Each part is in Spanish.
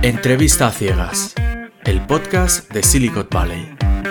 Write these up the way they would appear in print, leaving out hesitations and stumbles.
Entrevista a ciegas, el podcast de Silicon Valley.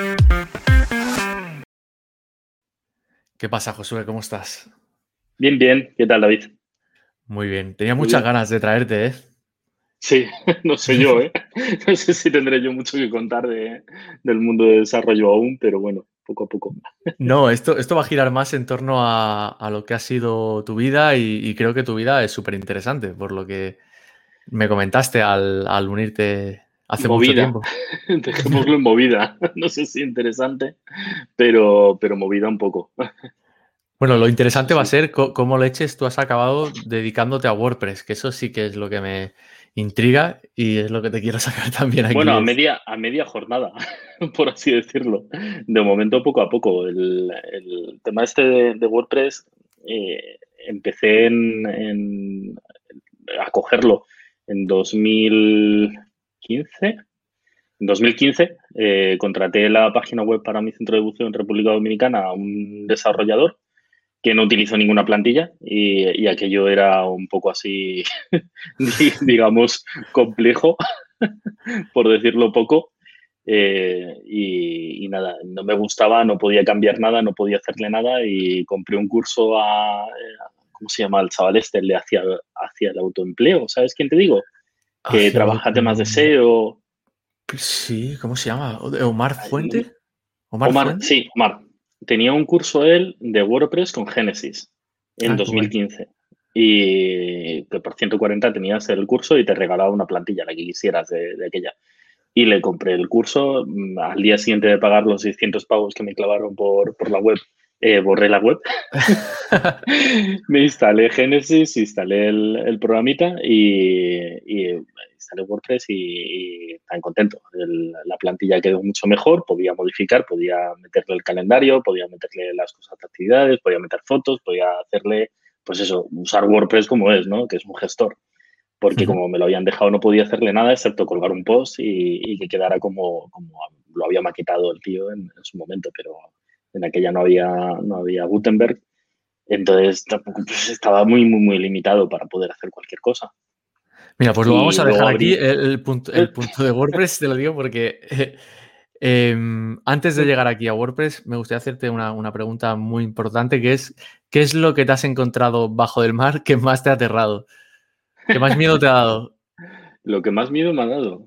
¿Qué pasa, Josué? ¿Cómo estás? Bien, bien. ¿Qué tal, David? Muy bien. Tenía Muy muchas bien. ganas de traerte, ¿eh? Sí, no sé yo, ¿eh? No sé si tendré yo mucho que contar del mundo de desarrollo aún, pero bueno, poco a poco. No, esto va a girar más en torno a lo que ha sido tu vida y creo que tu vida es súper interesante, por lo que me comentaste al unirte hace mucho Movida. tiempo. Dejémoslo en movida. No sé si interesante, pero movida un poco. Bueno, lo Sí, interesante va a sí. ser cómo leches tú has acabado dedicándote a WordPress, que eso sí que es lo que me intriga y es lo que te quiero sacar también Bueno, aquí. a media jornada, por así decirlo. De momento, poco a poco. El tema este de WordPress, empecé a cogerlo en 2015. En 2015 contraté la página web para mi centro de buceo en República Dominicana a un desarrollador que no utilizó ninguna plantilla y aquello era un poco así, digamos, complejo, por decirlo poco. Y nada, no me gustaba, no podía cambiar nada, no podía hacerle nada y compré un curso ¿cómo se llama? El chaval este, el de hacia el autoempleo, ¿sabes quién te digo? Que Hacia el trabaja temas de auto... SEO. Sí, ¿cómo se llama? ¿Omar Fuente? ¿Omar Omar, Fuente? sí, Omar. Tenía un curso él de WordPress con Genesis en Ah, qué guay. 2015. Y que por 140 tenías el curso y te regalaba una plantilla, la que quisieras de aquella. Y le compré el curso. Al día siguiente de pagar los 600 pavos que me clavaron por la web, borré la web. Me instalé Genesis, instalé el programita y instalé WordPress y tan contento. La plantilla quedó mucho mejor, podía modificar, podía meterle el calendario, podía meterle las cosas de actividades, podía meter fotos, podía hacerle, pues eso, usar WordPress como es, ¿no? Que es un gestor. Porque Ujú. como me lo habían dejado no podía hacerle nada excepto colgar un post y que quedara como lo había maquetado el tío en su momento, pero en aquella no había Gutenberg, entonces tampoco, pues, estaba muy, muy, muy limitado para poder hacer cualquier cosa. Mira, pues lo vamos Y a luego dejar aquí, abrí. el punto de WordPress, te lo digo porque antes de llegar aquí a WordPress, me gustaría hacerte una pregunta muy importante, que es, ¿qué es lo que te has encontrado bajo del mar que más te ha aterrado? ¿Qué más miedo te ha dado? Lo que más miedo me ha dado,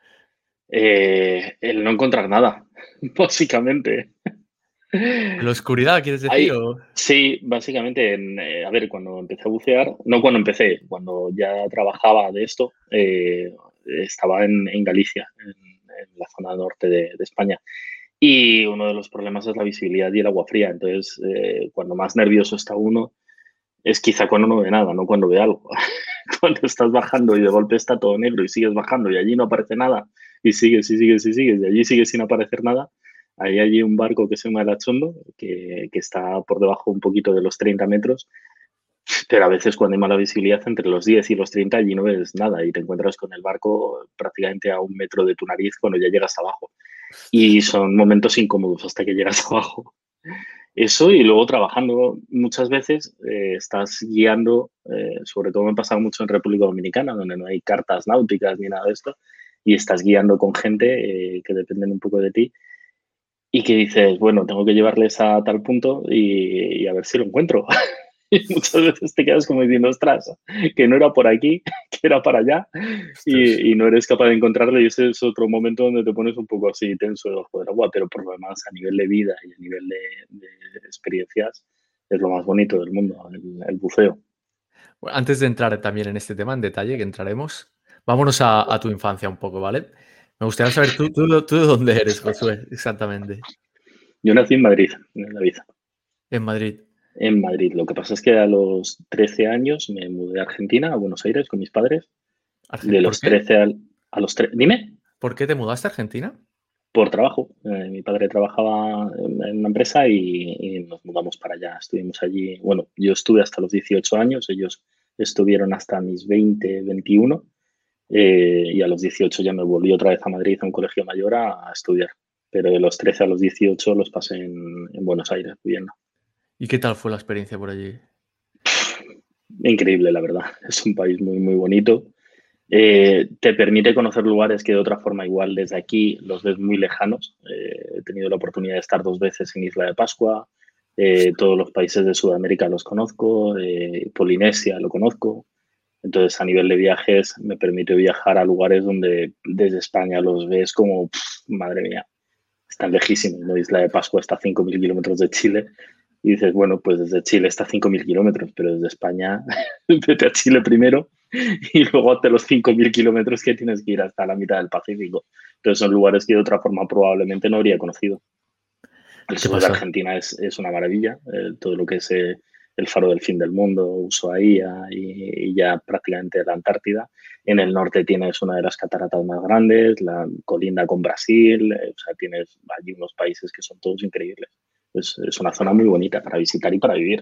el no encontrar nada, básicamente. ¿En la oscuridad, quieres decir? Hay, sí, básicamente, a ver, cuando empecé a bucear, no cuando empecé, cuando ya trabajaba de esto, estaba en Galicia, en la zona norte de España. Y uno de los problemas es la visibilidad y el agua fría. Entonces, cuando más nervioso está uno, es quizá cuando no ve nada, no cuando ve algo. Cuando estás bajando y de golpe está todo negro y sigues bajando y allí no aparece nada y sigues y sigues y sigues y allí sigue sin aparecer nada, hay allí un barco que se llama el Achondo, que está por debajo un poquito de los 30 metros, pero a veces cuando hay mala visibilidad entre los 10 y los 30 allí no ves nada y te encuentras con el barco prácticamente a 1 metro de tu nariz cuando ya llegas abajo. Y son momentos incómodos hasta que llegas abajo. Eso y luego trabajando muchas veces, estás guiando, sobre todo me ha pasado mucho en República Dominicana, donde no hay cartas náuticas ni nada de esto, y estás guiando con gente que dependen un poco de ti y que dices, bueno, tengo que llevarles a tal punto y a ver si lo encuentro. Y muchas veces te quedas como diciendo, ostras, que no era por aquí, que era para allá, Ostras. y no eres capaz de encontrarlo. Y ese es otro momento donde te pones un poco así tenso debajo del agua, pero por lo demás, a nivel de vida y a nivel de experiencias, es lo más bonito del mundo, el buceo. Bueno, antes de entrar también en este tema en detalle, que entraremos, vámonos a tu infancia un poco, ¿vale? Me gustaría saber tú de dónde eres, Josué, exactamente. Yo nací en Madrid, en la vida, En Madrid. en Madrid. Lo que pasa es que a los 13 años me mudé a Argentina, a Buenos Aires, con mis padres. De ¿Por los qué? 13 a los 3, dime. ¿Por qué te mudaste a Argentina? Por trabajo. Mi padre trabajaba en una empresa y nos mudamos para allá. Estuvimos allí. Bueno, yo estuve hasta los 18 años, ellos estuvieron hasta mis 20, 21, y a los 18 ya me volví otra vez a Madrid, a un colegio mayor, a estudiar. Pero de los 13 a los 18 los pasé en Buenos Aires viviendo. ¿Y qué tal fue la experiencia por allí? Increíble, la verdad. Es un país muy, muy bonito. Te permite conocer lugares que de otra forma igual desde aquí los ves muy lejanos. He tenido la oportunidad de estar 2 veces en Isla de Pascua, todos los países de Sudamérica los conozco, Polinesia lo conozco. Entonces, a nivel de viajes, me permite viajar a lugares donde desde España los ves como, madre mía, están lejísimos, ¿no? Isla de Pascua está a 5.000 kilómetros de Chile y dices, bueno, pues desde Chile está a 5.000 kilómetros, pero desde España vete a Chile primero y luego hasta los 5.000 kilómetros que tienes que ir hasta la mitad del Pacífico. Entonces son lugares que de otra forma probablemente no habría conocido. El ¿Qué sur de pasó? Argentina es una maravilla, todo lo que es el faro del fin del mundo, Ushuaia y ya prácticamente la Antártida. En el norte tienes una de las cataratas más grandes, la colinda con Brasil, o sea, tienes allí unos países que son todos increíbles. Es una zona muy bonita para visitar y para vivir.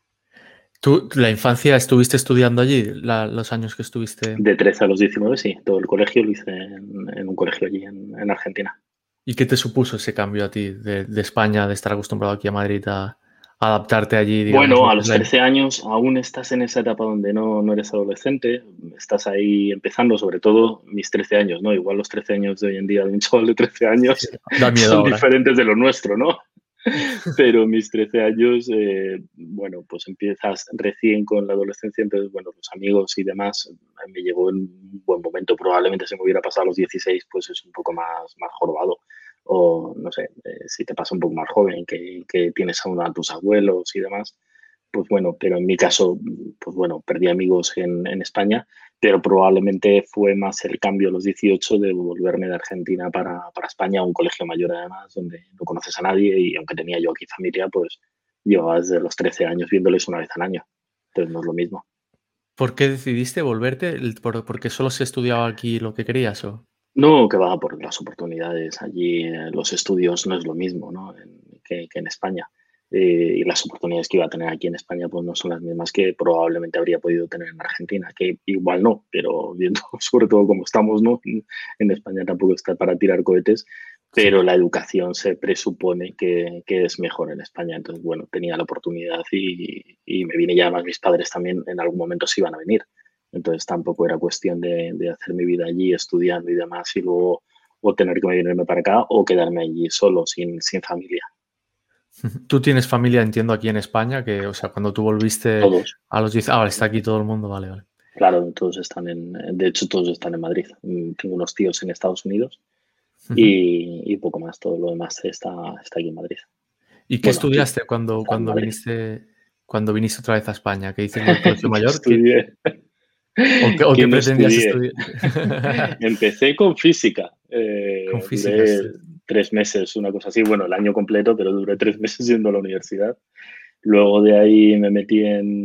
¿Tú, la infancia, estuviste estudiando allí, los años que estuviste? De 13 a los 19, sí, todo el colegio lo hice en un colegio allí en Argentina. ¿Y qué te supuso ese cambio a ti de España, de estar acostumbrado aquí a Madrid, a adaptarte allí, digamos, Bueno, lo a que es los 13 años aún estás en esa etapa donde no eres adolescente, estás ahí empezando, sobre todo mis 13 años, ¿no? Igual los 13 años de hoy en día de un chaval de 13 Sí, años da miedo son ahora. diferentes de lo nuestro, ¿no? Pero mis 13 años, bueno, pues empiezas recién con la adolescencia, entonces, bueno, los amigos y demás, me llegó en un buen momento, probablemente si me hubiera pasado a los 16, pues es un poco más jorobado. O no sé, si te pasa un poco más joven, que tienes aún a tus abuelos y demás, pues bueno, pero en mi caso, pues bueno, perdí amigos en España, pero probablemente fue más el cambio a los 18 de volverme de Argentina para España, a un colegio mayor además, donde no conoces a nadie y aunque tenía yo aquí familia, pues llevaba desde los 13 años viéndoles una vez al año. Entonces no es lo mismo. ¿Por qué decidiste volverte? ¿Porque solo se estudiaba aquí lo que querías o? No, que va por las oportunidades. Allí los estudios no es lo mismo, ¿no? Que en España. Y las oportunidades que iba a tener aquí en España pues no son las mismas que probablemente habría podido tener en Argentina, que igual no, pero viendo sobre todo cómo estamos, ¿no? En España tampoco está para tirar cohetes, Sí. pero la educación se presupone que es mejor en España. Entonces, bueno, tenía la oportunidad y me vine ya, además mis padres también en algún momento se iban a venir. Entonces tampoco era cuestión de hacer mi vida allí estudiando y demás y luego o tener que venirme para acá o quedarme allí solo, sin familia. Tú tienes familia, entiendo, aquí en España, que, o sea, cuando tú volviste Todos, a los 10, vale, está aquí todo el mundo, vale, vale. claro, todos están de hecho todos están en Madrid. Tengo unos tíos en Estados Unidos Ujú. y poco más, todo lo demás está aquí en Madrid. ¿Y qué Bueno, aquí, estudiaste cuando, está en Madrid. cuando viniste otra vez a España? ¿Qué dices lo del colegio Que mayor? estudié, O qué que no pretendías estudié. estudiar? Empecé con física. Con física, Duré sí. 3 meses, una cosa así, bueno, el año completo, pero duré 3 meses yendo a la universidad. Luego de ahí me metí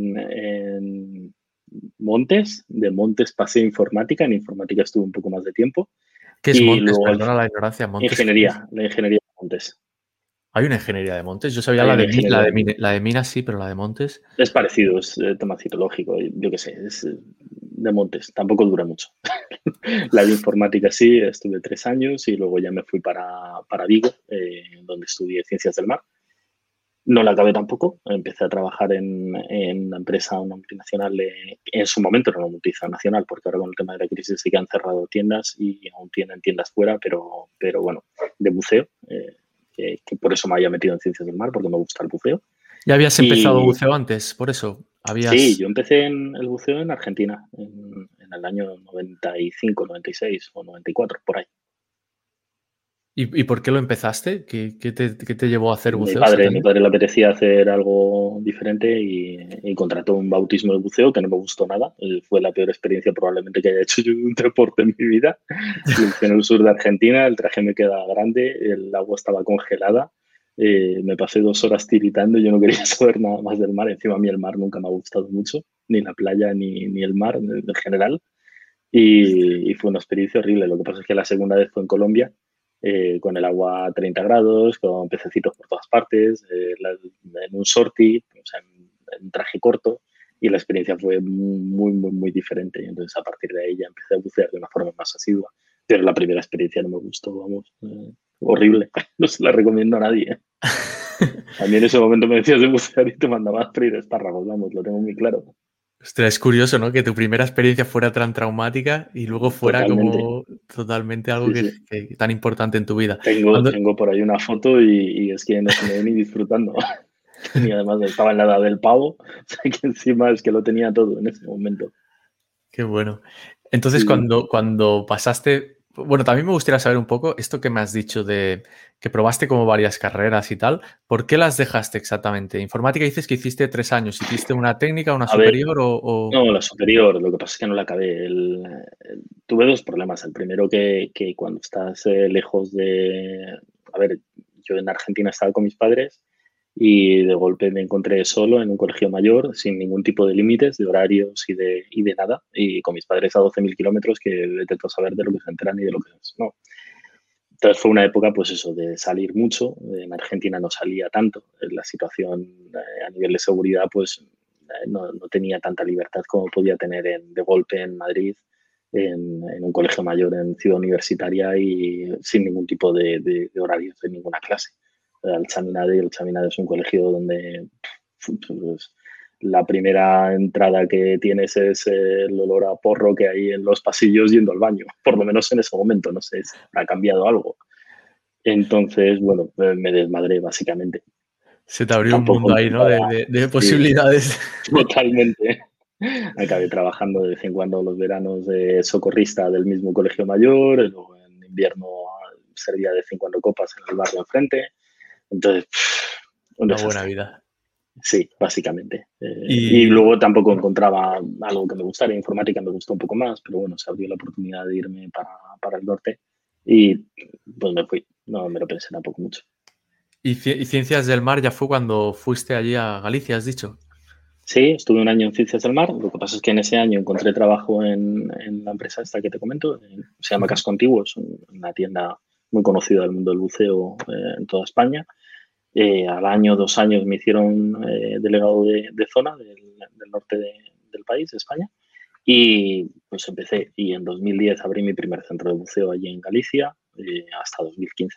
en Montes, de Montes pasé a informática, en informática estuve un poco más de tiempo ¿Qué es y Montes? luego Perdona la ignorancia, ¿Montes qué es? ingeniería, la ingeniería de Montes. Hay una ingeniería de Montes. Yo sabía Hay la una de, ingeniería, la de minas sí, pero la de Montes. es parecido, es tema citológico, yo qué sé, es de Montes, tampoco dura mucho. La de informática sí, estuve 3 años y luego ya me fui para Vigo, donde estudié ciencias del mar. No la acabé tampoco. Empecé a trabajar en una empresa, una multinacional, en su momento era una multinacional, porque ahora con el tema de la crisis sí que han cerrado tiendas y aún tienen tiendas fuera, pero bueno, de buceo, que por eso me había metido en ciencias del mar, porque me gusta el buceo. ¿Ya habías empezado Y buceo antes? Por eso, sí, habías... yo empecé en el buceo en Argentina, en el año 95, 96 o 94, por ahí. ¿Y por qué lo empezaste? ¿Qué te llevó a hacer Mi buceo padre, mi exactamente? padre le apetecía hacer algo diferente y contrató un bautismo de buceo que no me gustó nada. Fue la peor experiencia probablemente que haya hecho yo de un deporte en mi vida. Lo hice en el sur de Argentina, el traje me quedaba grande, el agua estaba congelada, me pasé 2 horas tiritando y yo no quería saber nada más del mar. Encima a mí el mar nunca me ha gustado mucho, ni la playa ni el mar en general. Y fue una experiencia horrible. Lo que pasa es que la segunda vez fue en Colombia, con el agua a 30 grados, con pececitos por todas partes, en un sortie, o sea, en traje corto, y la experiencia fue muy diferente. Y entonces a partir de ahí ya empecé a bucear de una forma más asidua. Pero la primera experiencia no me gustó, vamos, horrible. No se la recomiendo a nadie. A mí en ese momento me decías de bucear y te mandaba a freír espárragos, vamos, lo tengo muy claro. Ostras, es curioso, ¿no? Que tu primera experiencia fuera tan traumática y luego fuera Totalmente. como totalmente algo Sí, sí. tan importante en tu vida. Tengo, Cuando tengo por ahí una foto y es que no se me ve ni disfrutando. Tenía además, estaba en la edad del pavo, o sea que encima es que lo tenía todo en ese momento. qué bueno. Entonces, Sí, sí. cuando pasaste, bueno, también me gustaría saber un poco esto que me has dicho de que probaste como varias carreras y tal, ¿por qué las dejaste exactamente? Informática dices que hiciste 3 años, ¿hiciste una técnica, una A ver, superior o? no, la superior, lo que pasa es que no la acabé. Tuve dos problemas. El primero que cuando estás lejos de... A ver, yo en Argentina estaba con mis padres y de golpe me encontré solo en un colegio mayor, sin ningún tipo de límites, de horarios y de nada, y con mis padres a 12.000 kilómetros que vete tú a saber de lo que se enteran y de lo que no. Entonces fue una época, pues eso, de salir mucho. En Argentina no salía tanto. La situación a nivel de seguridad, pues no tenía tanta libertad como podía tener de golpe en Madrid, en un colegio mayor, en Ciudad Universitaria y sin ningún tipo de horarios de ninguna clase. El Chaminade es un colegio donde pues, la primera entrada que tienes es el olor a porro que hay en los pasillos yendo al baño, por lo menos en ese momento, no sé si ha cambiado algo. Entonces, bueno, me desmadré básicamente. Se te abrió un Tampoco mundo ahí, ¿no? encontraba, De sí, posibilidades. totalmente. Acabé trabajando de vez en cuando los veranos de socorrista del mismo colegio mayor, luego en invierno servía de vez en cuando copas en el barrio enfrente. Entonces, un Una buena desastre. vida. Sí, básicamente. Y Y luego tampoco encontraba algo que me gustara. Informática me gustó un poco más, pero bueno, se abrió la oportunidad de irme para el norte y pues me fui. No me lo pensé tampoco mucho. y Ciencias del Mar ya fue cuando fuiste allí a Galicia, has dicho. Sí, estuve un año en Ciencias del Mar. Lo que pasa es que en ese año encontré trabajo en la empresa esta que te comento. Se llama Ujú. Casco Antiguo, es una tienda muy conocida del mundo del buceo en toda España. Al año, 2 años me hicieron delegado de zona del norte del país, de España. Y pues empecé. Y en 2010 abrí mi primer centro de buceo allí en Galicia hasta 2015.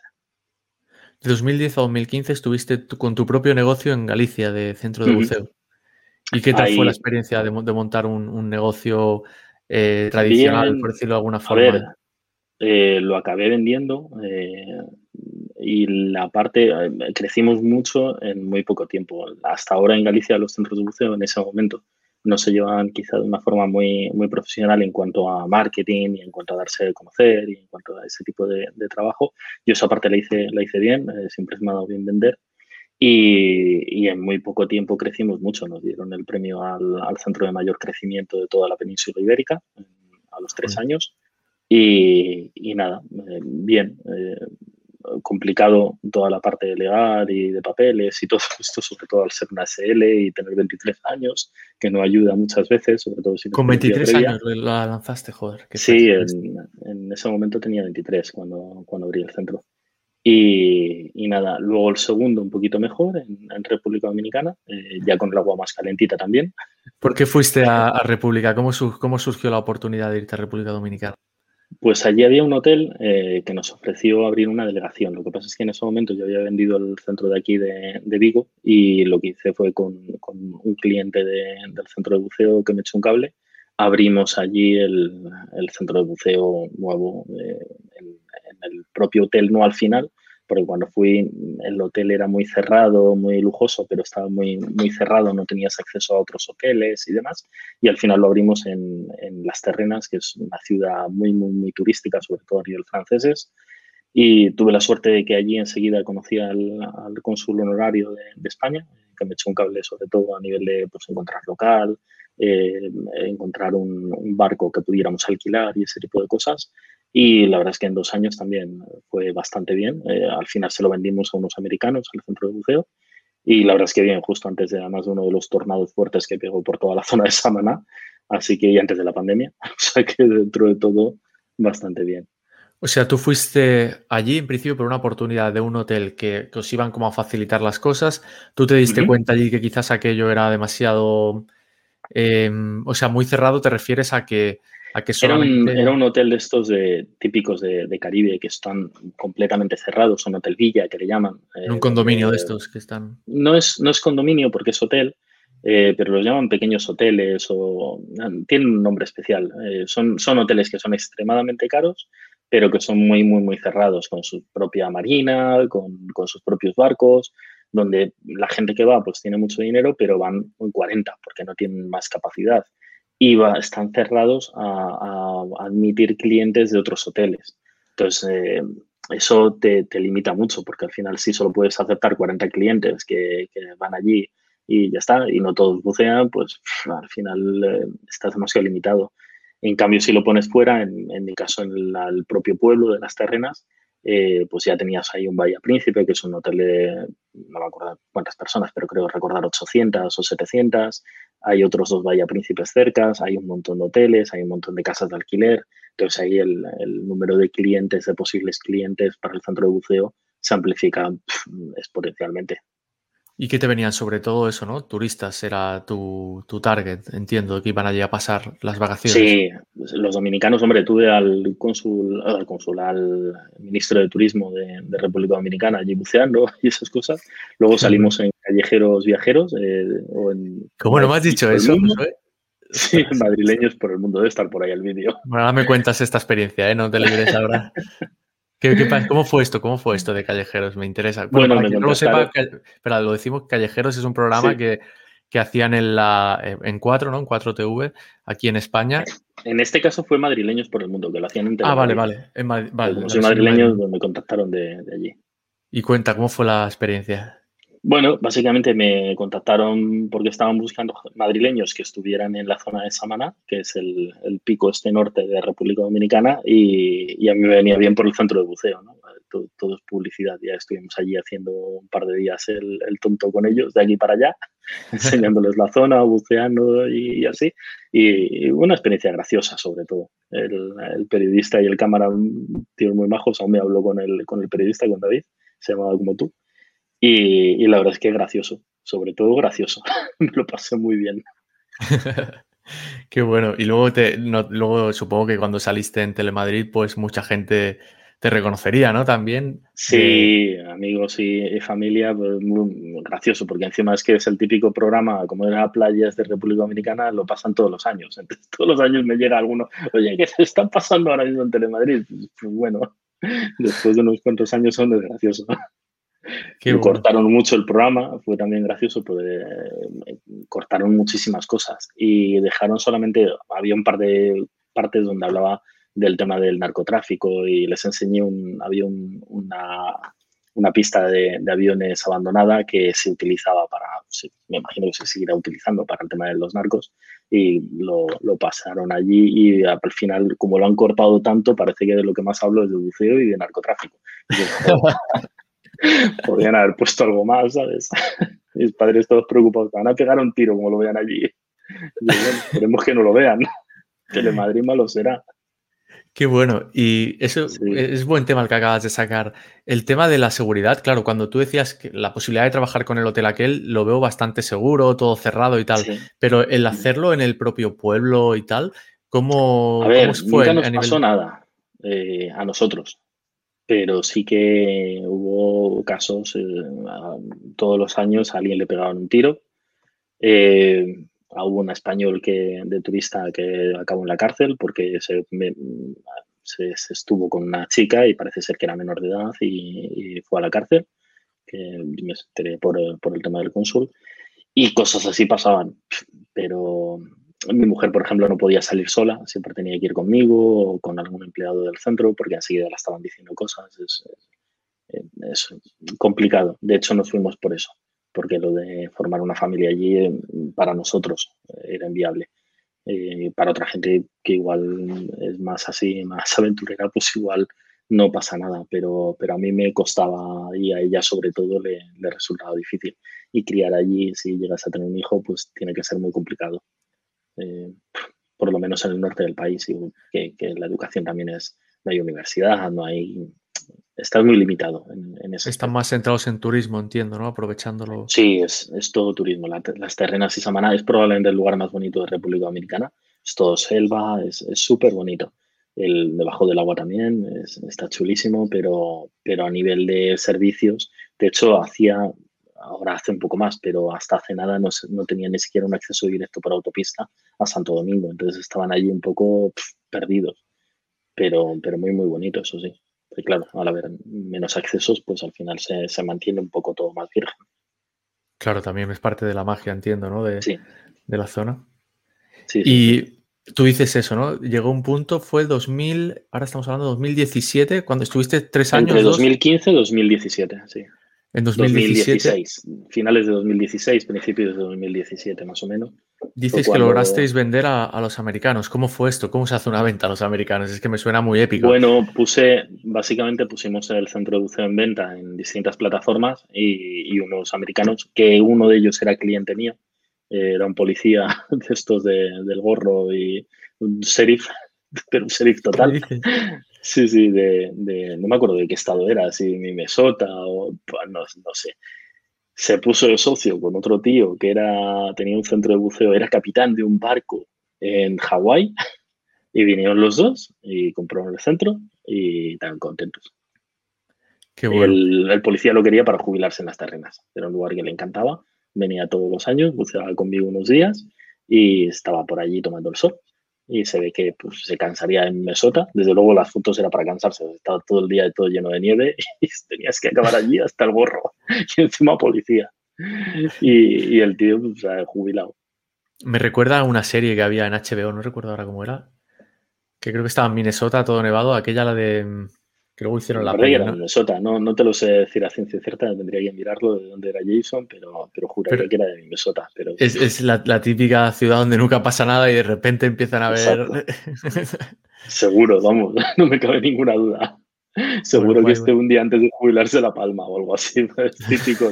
De 2010 a 2015 estuviste con tu propio negocio en Galicia de centro de Ujú. buceo. ¿Y qué tal fue la Ahí, experiencia de montar un negocio tradicional, por bien, decirlo de alguna a ver, forma? lo acabé vendiendo y la parte, crecimos mucho en muy poco tiempo. Hasta ahora en Galicia los centros de buceo en ese momento no se llevaban quizá de una forma muy, muy profesional en cuanto a marketing y en cuanto a darse a conocer y en cuanto a ese tipo de trabajo. Yo esa parte la hice bien, siempre se me ha dado bien vender. Y en muy poco tiempo crecimos mucho. Nos dieron el premio al centro de mayor crecimiento de toda la península ibérica a los 3 años. Y nada, bien. Complicado toda la parte legal y de papeles y todo esto, sobre todo al ser una SL y tener 23 años, que no ayuda muchas veces, sobre todo sin Con experiencia 23 previa. años la lanzaste, joder, qué Sí, experiencia. en ese momento tenía 23 cuando abrí el centro. Y nada, luego el segundo un poquito mejor en República Dominicana, ya con el agua más calentita también. ¿Por qué fuiste a República? ¿Cómo surgió la oportunidad de irte a República Dominicana? Pues allí había un hotel que nos ofreció abrir una delegación. Lo que pasa es que en ese momento yo había vendido el centro de aquí de Vigo y lo que hice fue con un cliente del centro de buceo que me echó un cable. Abrimos allí el centro de buceo nuevo en el propio hotel, no al final, porque cuando fui el hotel era muy cerrado, muy lujoso, pero estaba muy, muy cerrado, no tenías acceso a otros hoteles y demás. Y al final lo abrimos en Las Terrenas, que es una ciudad muy, muy, muy turística, sobre todo a nivel franceses. Y tuve la suerte de que allí enseguida conocí al cónsul honorario de España, que me echó un cable sobre todo a nivel de pues, encontrar local, encontrar un barco que pudiéramos alquilar y ese tipo de cosas. Y la verdad es que en 2 años también fue bastante bien. Al final se lo vendimos a unos americanos al centro de buceo y la verdad es que bien, justo antes de además de uno de los tornados fuertes que pegó por toda la zona de Samaná, así que y antes de la pandemia, o sea que dentro de todo bastante bien. O sea, tú fuiste allí en principio por una oportunidad de un hotel que os iban como a facilitar las cosas. Tú te diste Ujú. cuenta allí que quizás aquello era demasiado, o sea, muy cerrado. ¿Te refieres a que Era solamente un hotel de estos típicos de Caribe que están completamente cerrados, un hotel villa que le llaman, en un condominio de donde estos que están? no es condominio porque es hotel, pero los llaman pequeños hoteles o tienen un nombre especial. Son hoteles que son extremadamente caros, pero que son muy, muy, muy cerrados, con su propia marina, con sus propios barcos, donde la gente que va pues tiene mucho dinero, pero van en 40 porque no tienen más capacidad. Y están cerrados a admitir clientes de otros hoteles. Entonces, eso te limita mucho, porque al final sí solo puedes aceptar 40 clientes que van allí y ya está, y no todos bucean, pues al final estás demasiado limitado. En cambio, si lo pones fuera, en mi caso, en el propio pueblo de Las Terrenas, pues ya tenías ahí un Bahía Príncipe, que es un hotel de, no me acuerdo cuántas personas, pero creo recordar 800 o 700. Hay otros dos Bahía Príncipes cercas, hay un montón de hoteles, hay un montón de casas de alquiler. Entonces ahí el número de clientes, de posibles clientes para el centro de buceo se amplifica exponencialmente. ¿Y qué te venían sobre todo eso, no? Turistas era tu target, entiendo, que iban allí a pasar las vacaciones. Sí, los dominicanos, hombre, tuve al ministro de Turismo de República Dominicana allí buceando y esas cosas. Luego Qué bueno. salimos en callejeros viajeros o en ¿Cómo no me has Madrid dicho por el eso, mundo. Josué? Sí, Ostras. madrileños por el mundo, debe estar por ahí el vídeo. Bueno, ahora me cuentas esta experiencia, ¿eh? No te libres ahora. ¿Cómo fue esto? ¿Cómo fue esto de Callejeros? Me interesa. Bueno, Bueno, para me quien no lo contactaron, sepa, espera, lo decimos, Callejeros es un programa sí, que hacían en 4, ¿no? En 4TV, aquí en España. en este caso fue Madrileños por el mundo, que lo hacían en Ah, vale, Telemadrid. vale. Pero Vale, como la soy versión en madrileño, Madrid. pues me contactaron de allí. Y cuenta, ¿cómo fue la experiencia? Bueno, básicamente me contactaron porque estaban buscando madrileños que estuvieran en la zona de Samaná, que es el pico este norte de República Dominicana, y a mí me venía bien por el centro de buceo, ¿no? Todo es publicidad. Ya estuvimos allí haciendo un par de días el tonto con ellos, de aquí para allá, enseñándoles la zona, buceando y así. Y una experiencia graciosa, sobre todo. El periodista y el cámara, tío muy majos, aún me habló con el periodista, con David, se llamaba como tú. Y la verdad es que gracioso, sobre todo gracioso. Me lo pasé muy bien. Qué bueno. Y luego, luego supongo que cuando saliste en Telemadrid, pues mucha gente te reconocería, ¿no? También de... Sí, amigos y familia, pues muy gracioso, porque encima es que es el típico programa, como era Playas de República Dominicana, lo pasan todos los años. Entonces, todos los años me llega alguno, oye, ¿qué se está pasando ahora mismo en Telemadrid? Pues bueno, después de unos cuantos años son es gracioso. Qué bueno. Cortaron mucho el programa, fue también gracioso, porque cortaron muchísimas cosas y dejaron solamente, había un par de partes donde hablaba del tema del narcotráfico y les enseñé, había una pista de aviones abandonada que se utilizaba para, sí, me imagino que se seguirá utilizando para el tema de los narcos y lo pasaron allí y al final, como lo han cortado tanto, parece que de lo que más hablo es de buceo y de narcotráfico. Y yo, joder, podrían haber puesto algo más, ¿sabes? Mis padres todos preocupados, van a pegar un tiro como lo vean allí. Y yo, bueno, esperemos que no lo vean. Telemadrid malo será. Qué bueno. Y eso Sí, es buen tema el que acabas de sacar. El tema de la seguridad, claro, cuando tú decías que la posibilidad de trabajar con el hotel aquel, lo veo bastante seguro, todo cerrado y tal, sí. pero el hacerlo en el propio pueblo y tal, A cómo ver, fue nunca a nos pasó nivel... nada a nosotros, pero sí que hubo casos, todos los años a alguien le pegaban un tiro. Hubo un español de turista que acabó en la cárcel porque se estuvo con una chica y parece ser que era menor de edad y fue a la cárcel, que me enteré por el tema del cónsul. Y cosas así pasaban, pero mi mujer, por ejemplo, no podía salir sola, siempre tenía que ir conmigo o con algún empleado del centro porque enseguida la estaban diciendo cosas. Es complicado. De hecho, nos fuimos por eso, porque lo de formar una familia allí para nosotros era inviable. Para otra gente que igual es más así, más aventurera, pues igual no pasa nada, pero a mí me costaba y a ella sobre todo le resultaba difícil. Y criar allí, si llegas a tener un hijo, pues tiene que ser muy complicado. Eh, por lo menos en el norte del país, y que la educación también no hay universidad, no hay, estás muy limitado en ese Están aspecto. más centrados en turismo, entiendo, ¿no? Aprovechándolo. Sí, es todo turismo. Las Terrenas y Samaná es probablemente el lugar más bonito de República Dominicana. Es todo selva, es súper bonito. Debajo del agua también está chulísimo, pero a nivel de servicios, de hecho, ahora hace un poco más, pero hasta hace nada no tenía ni siquiera un acceso directo por autopista a Santo Domingo. Entonces estaban allí un poco perdidos, pero muy, muy bonito, eso sí. Y claro, al haber menos accesos, pues al final se mantiene un poco todo más virgen. Claro, también es parte de la magia, entiendo, ¿no? Sí, De la zona. sí, sí, sí. Y tú dices eso, ¿no? Llegó un punto, fue el 2000, ahora estamos hablando de 2017, cuando estuviste 3 Entre años, 2, 2015 y 2017, sí. en 2017. 2016, finales de 2016, principios de 2017 más o menos. Fue Dices que cuando, lograsteis vender a los americanos. ¿Cómo fue esto? ¿Cómo se hace una venta a los americanos? Es que me suena muy épico. bueno, básicamente pusimos el centro de buceo en venta en distintas plataformas y unos americanos, que uno de ellos era cliente mío, era un policía de estos del gorro y un sheriff, pero un sheriff ¿Qué total. dices? Sí, sí, no me acuerdo de qué estado era, si Minnesota o pues, no sé. Se puso de socio con otro tío que tenía un centro de buceo, era capitán de un barco en Hawái y vinieron los dos y compraron el centro y estaban contentos. Qué bueno. El policía lo quería para jubilarse en las terrenas. Era un lugar que le encantaba. Venía todos los años, buceaba conmigo unos días y estaba por allí tomando el sol. Y se ve que pues, se cansaría en Mesota. Desde luego las fotos era para cansarse. Estaba todo el día todo lleno de nieve y tenías que acabar allí hasta el gorro. Y encima policía. Y el tío pues, se ha jubilado. Me recuerda a una serie que había en HBO, no recuerdo ahora cómo era, que creo que estaba en Minnesota, todo nevado, aquella la de que luego hicieron Me la parece que peli, era ¿no? Minnesota. No te lo sé decir a ciencia cierta, tendría que mirarlo de dónde era Jason, pero Pero juraría que era de Minnesota. Pero sí, es la típica ciudad donde nunca pasa nada y de repente empiezan a exacto. ver. Seguro, vamos, no me cabe ninguna duda. Bueno, Seguro que guay, esté guay. un día antes de jubilarse La Palma o algo así, es típico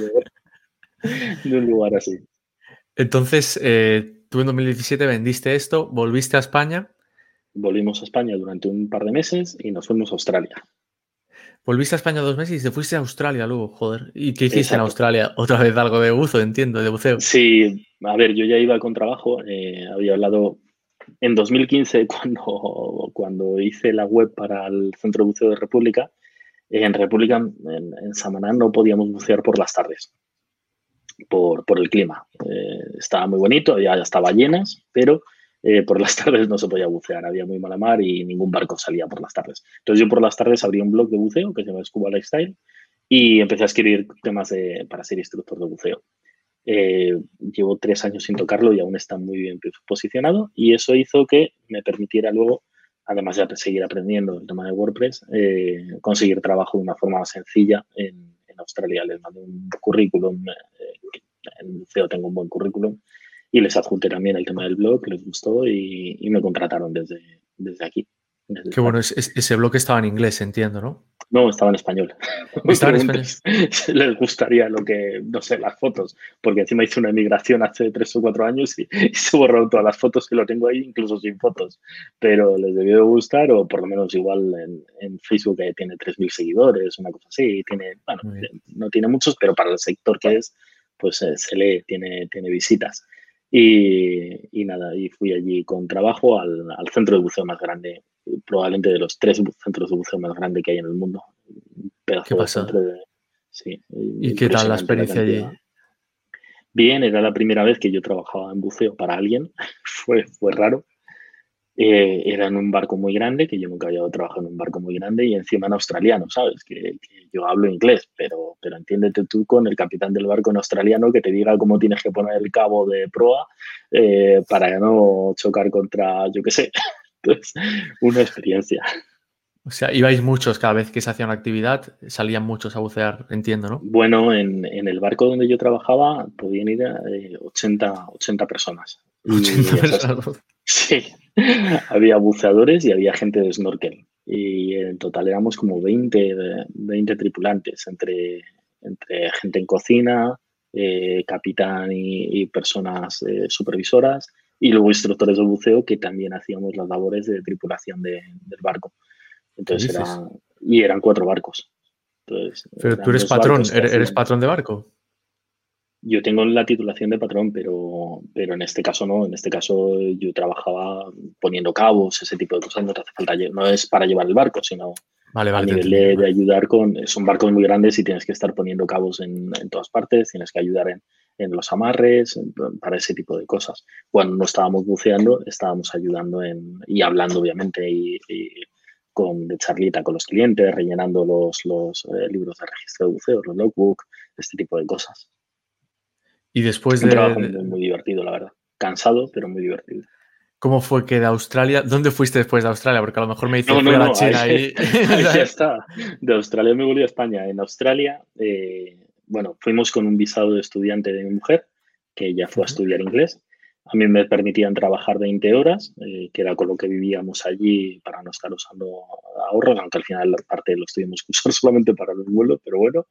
de un lugar así. Entonces, tú en 2017 vendiste esto, volviste a España, Volvimos a España durante un par de meses y nos fuimos a Australia. volviste a España 2 meses y te fuiste a Australia luego, joder. ¿Y qué hiciste en Exacto. Australia? Otra vez algo de buzo, entiendo, de buceo. Sí, a ver, yo ya iba con trabajo, había hablado en 2015 cuando hice la web para el Centro de Buceo de República. En República, en Samaná, no podíamos bucear por las tardes. Por el clima. Estaba muy bonito, ya estaba llenas, pero por las tardes no se podía bucear, había muy mala mar y ningún barco salía por las tardes. Entonces yo por las tardes abrí un blog de buceo que se llama Scuba Lifestyle y empecé a escribir temas para ser instructor de buceo. Llevo 3 años sin tocarlo y aún está muy bien posicionado y eso hizo que me permitiera luego, además de seguir aprendiendo el tema de WordPress, conseguir trabajo de una forma más sencilla en Australia. Les mandé un currículum, en buceo tengo un buen currículum y les adjunté también el tema del blog, les gustó y me contrataron desde aquí, desde Qué bueno, España. ese bloque estaba en inglés, entiendo, ¿no? No, estaba en español. No me Estaba en español. preguntes si les gustaría no sé, las fotos, porque encima hice una emigración hace 3 o 4 años y se borraron todas las fotos que lo tengo ahí, incluso sin fotos. Pero les debió de gustar, o por lo menos igual en Facebook tiene 3.000 seguidores, una cosa así. Bueno, Muy bien. no tiene muchos, pero para el sector que es, pues se lee, tiene visitas. Y nada, y fui allí con trabajo al centro de buceo más grande, probablemente de los 3 centros de buceo más grandes que hay en el mundo. Un Qué pedazo de centro pasada. sí, ¿Y qué tal la impresionante la experiencia cantidad. allí? Bien, era la primera vez que yo trabajaba en buceo para alguien, fue raro. Era en un barco muy grande, que yo nunca había trabajado en un barco muy grande, y encima en australiano, ¿sabes? Que yo hablo inglés, pero entiéndete tú con el capitán del barco en australiano que te diga cómo tienes que poner el cabo de proa para no chocar contra, yo qué sé. Entonces, una experiencia. O sea, ibais muchos cada vez que se hacía una actividad, salían muchos a bucear, entiendo, ¿no? Bueno, en el barco donde yo trabajaba podían ir 80 personas. 80 Y esas, personas. sí, había buceadores y había gente de snorkel. Y en total éramos como 20 tripulantes, entre gente en cocina, capitán y personas supervisoras, y luego instructores de buceo que también hacíamos las labores de tripulación del barco. ¿Qué Entonces dices? eran 4 barcos. Entonces, Pero tú eran eres dos patrón, barcos que eres hacían. patrón de barco. Yo tengo la titulación de patrón, pero en este caso no. En este caso yo trabajaba poniendo cabos, ese tipo de cosas. No te hace falta, no es para llevar el barco, sino Vale, a vale, te he nivel entendido. de Vale. ayudar son barcos muy grandes y tienes que estar poniendo cabos en todas partes, tienes que ayudar en los amarres, para ese tipo de cosas. Cuando no estábamos buceando, estábamos ayudando y hablando, obviamente, y de charlita con los clientes, rellenando los libros de registro de buceo, los logbook, este tipo de cosas. Y después Un trabajo muy divertido, la verdad. Cansado, pero muy divertido. ¿Cómo fue que de Australia? ¿Dónde fuiste después de Australia? Porque a lo mejor me dices, No, fui no, a la no, ahí, China y... ahí ya ¿sabes? está. De Australia me volví a España. En Australia, bueno, fuimos con un visado de estudiante de mi mujer, que ella fue a Ujú. estudiar inglés. A mí me permitían trabajar 20 horas, que era con lo que vivíamos allí para no estar usando ahorros, aunque al final la parte los tuvimos que usar solamente para los vuelos, pero bueno.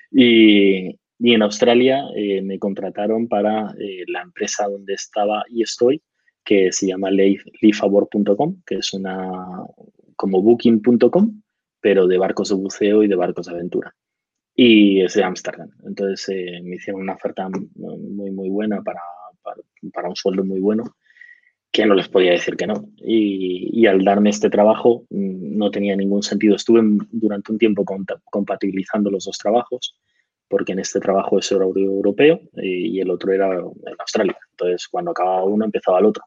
Y en Australia me contrataron para la empresa donde estaba y estoy, que se llama leafabor.com, que es como booking.com, pero de barcos de buceo y de barcos de aventura. Y es de Ámsterdam. Entonces me hicieron una oferta muy, muy buena para, para un sueldo muy bueno, que no les podía decir que no. Y al darme este trabajo no tenía ningún sentido. Estuve durante un tiempo compatibilizando los dos trabajos, porque en este trabajo es horario europeo y el otro era en Australia. Entonces, cuando acababa uno, empezaba el otro.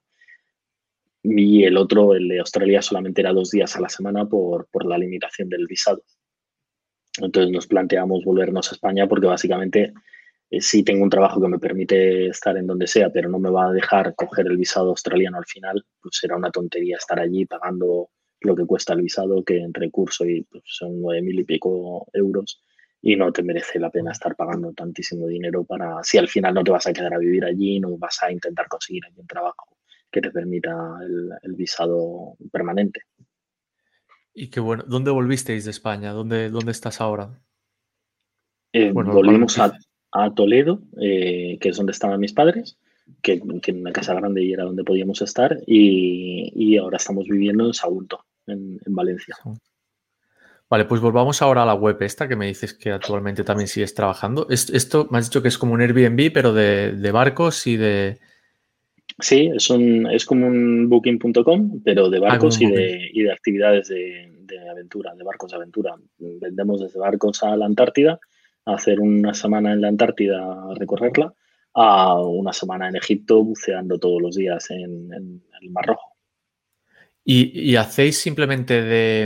Y el otro, el de Australia, solamente era 2 días a la semana por la limitación del visado. Entonces nos planteamos volvernos a España porque básicamente sí tengo un trabajo que me permite estar en donde sea, pero no me va a dejar coger el visado australiano al final, pues será una tontería estar allí pagando lo que cuesta el visado, que entre curso y pues, son 9.000 y pico euros y no te merece la pena estar pagando tantísimo dinero para, si al final no te vas a quedar a vivir allí, no vas a intentar conseguir allí un trabajo que te permita el visado permanente. Y qué bueno. ¿Dónde volvisteis de España? ¿Dónde estás ahora? Bueno, cuando Volvimos dices. a Toledo, que es donde estaban mis padres, que en una casa grande y era donde podíamos estar, y ahora estamos viviendo en Sagunto, en Valencia. Vale, pues volvamos ahora a la web esta que me dices que actualmente también sigues trabajando. Esto me has dicho que es como un Airbnb, pero de barcos y de... Sí, es como un booking.com, pero de Ah, como barcos un booking. y de actividades de aventura, de barcos de aventura. Vendemos desde barcos a la Antártida, a hacer una semana en la Antártida a recorrerla, a una semana en Egipto buceando todos los días en el Mar Rojo. ¿Y hacéis simplemente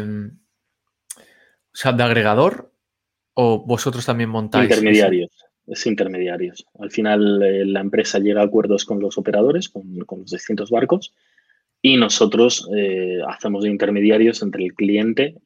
o sea, de agregador o vosotros también montáis ese? Intermediarios, es intermediarios. Al final, la empresa llega a acuerdos con los operadores, con los distintos barcos, y nosotros hacemos de intermediarios entre el cliente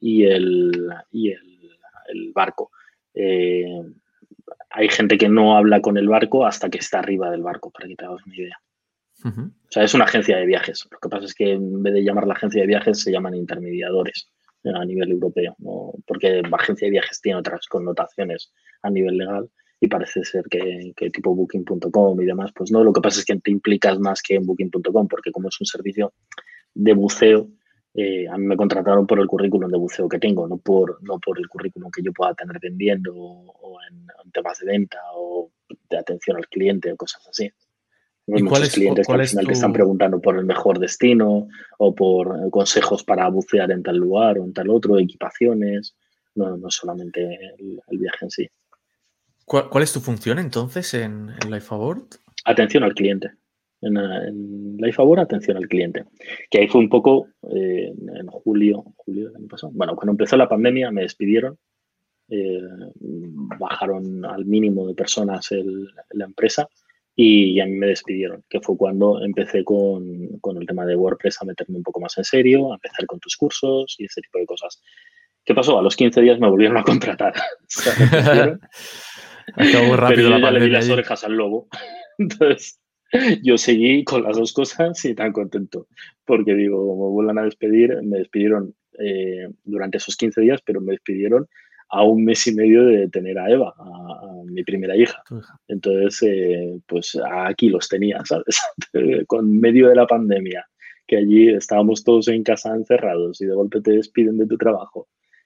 y el barco. Eh, Hay gente que no habla con el barco hasta que está arriba del barco, para que te hagas una idea. Ujú. O sea, es una agencia de viajes. Lo que pasa es que en vez de llamar la agencia de viajes, se llaman intermediadores a nivel europeo, ¿no? Porque agencia de viajes tiene otras connotaciones a nivel legal y parece ser que tipo booking.com y demás, pues no. Lo que pasa es que te implicas más que en booking.com, porque como es un servicio de buceo, a mí me contrataron por el currículum de buceo que tengo, no por el currículum que yo pueda tener vendiendo o en temas de venta o de atención al cliente o cosas así. Hay ¿Y muchos clientes que cuál al es final te están tu... preguntando por el mejor destino o por consejos para bucear en tal lugar o en tal otro, equipaciones, no solamente el viaje en sí. cuál es tu función entonces en Life Aboard? Atención al cliente. En Life Abora, atención al cliente. Que ahí fue un poco en julio del año pasado. Bueno, cuando empezó la pandemia me despidieron, eh, bajaron al mínimo de personas la empresa y a mí me despidieron, que fue cuando empecé con el tema de WordPress a meterme un poco más en serio, a empezar con tus cursos y ese tipo de cosas. ¿Qué pasó? A los 15 días me volvieron a contratar. O sea, me cogieron, Acabó muy pero rápido yo la ya le vi pandemia las allí. orejas al lobo. Entonces, yo seguí con las dos cosas y tan contento, porque digo, como vuelvan a despedir, me despidieron durante esos 15 días, pero me despidieron a un mes y medio de tener a Eva, a mi primera hija. Tu hija. Entonces, pues aquí los tenía, ¿sabes? Con medio de la pandemia, que allí estábamos todos en casa encerrados y de golpe te despiden de tu trabajo.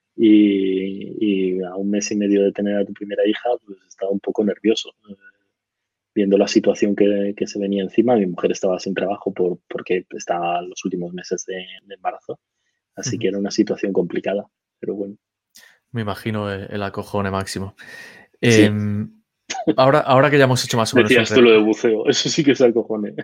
Y a un mes y medio de tener a tu primera hija, pues estaba un poco nervioso viendo la situación que se venía encima. Mi mujer estaba sin trabajo porque estaba los últimos meses de embarazo, así que Ujú. era una situación complicada. pero bueno. Me imagino el acojone máximo. Sí, Ahora que ya hemos hecho más o menos un decías tú lo de buceo, eso sí que es acojones.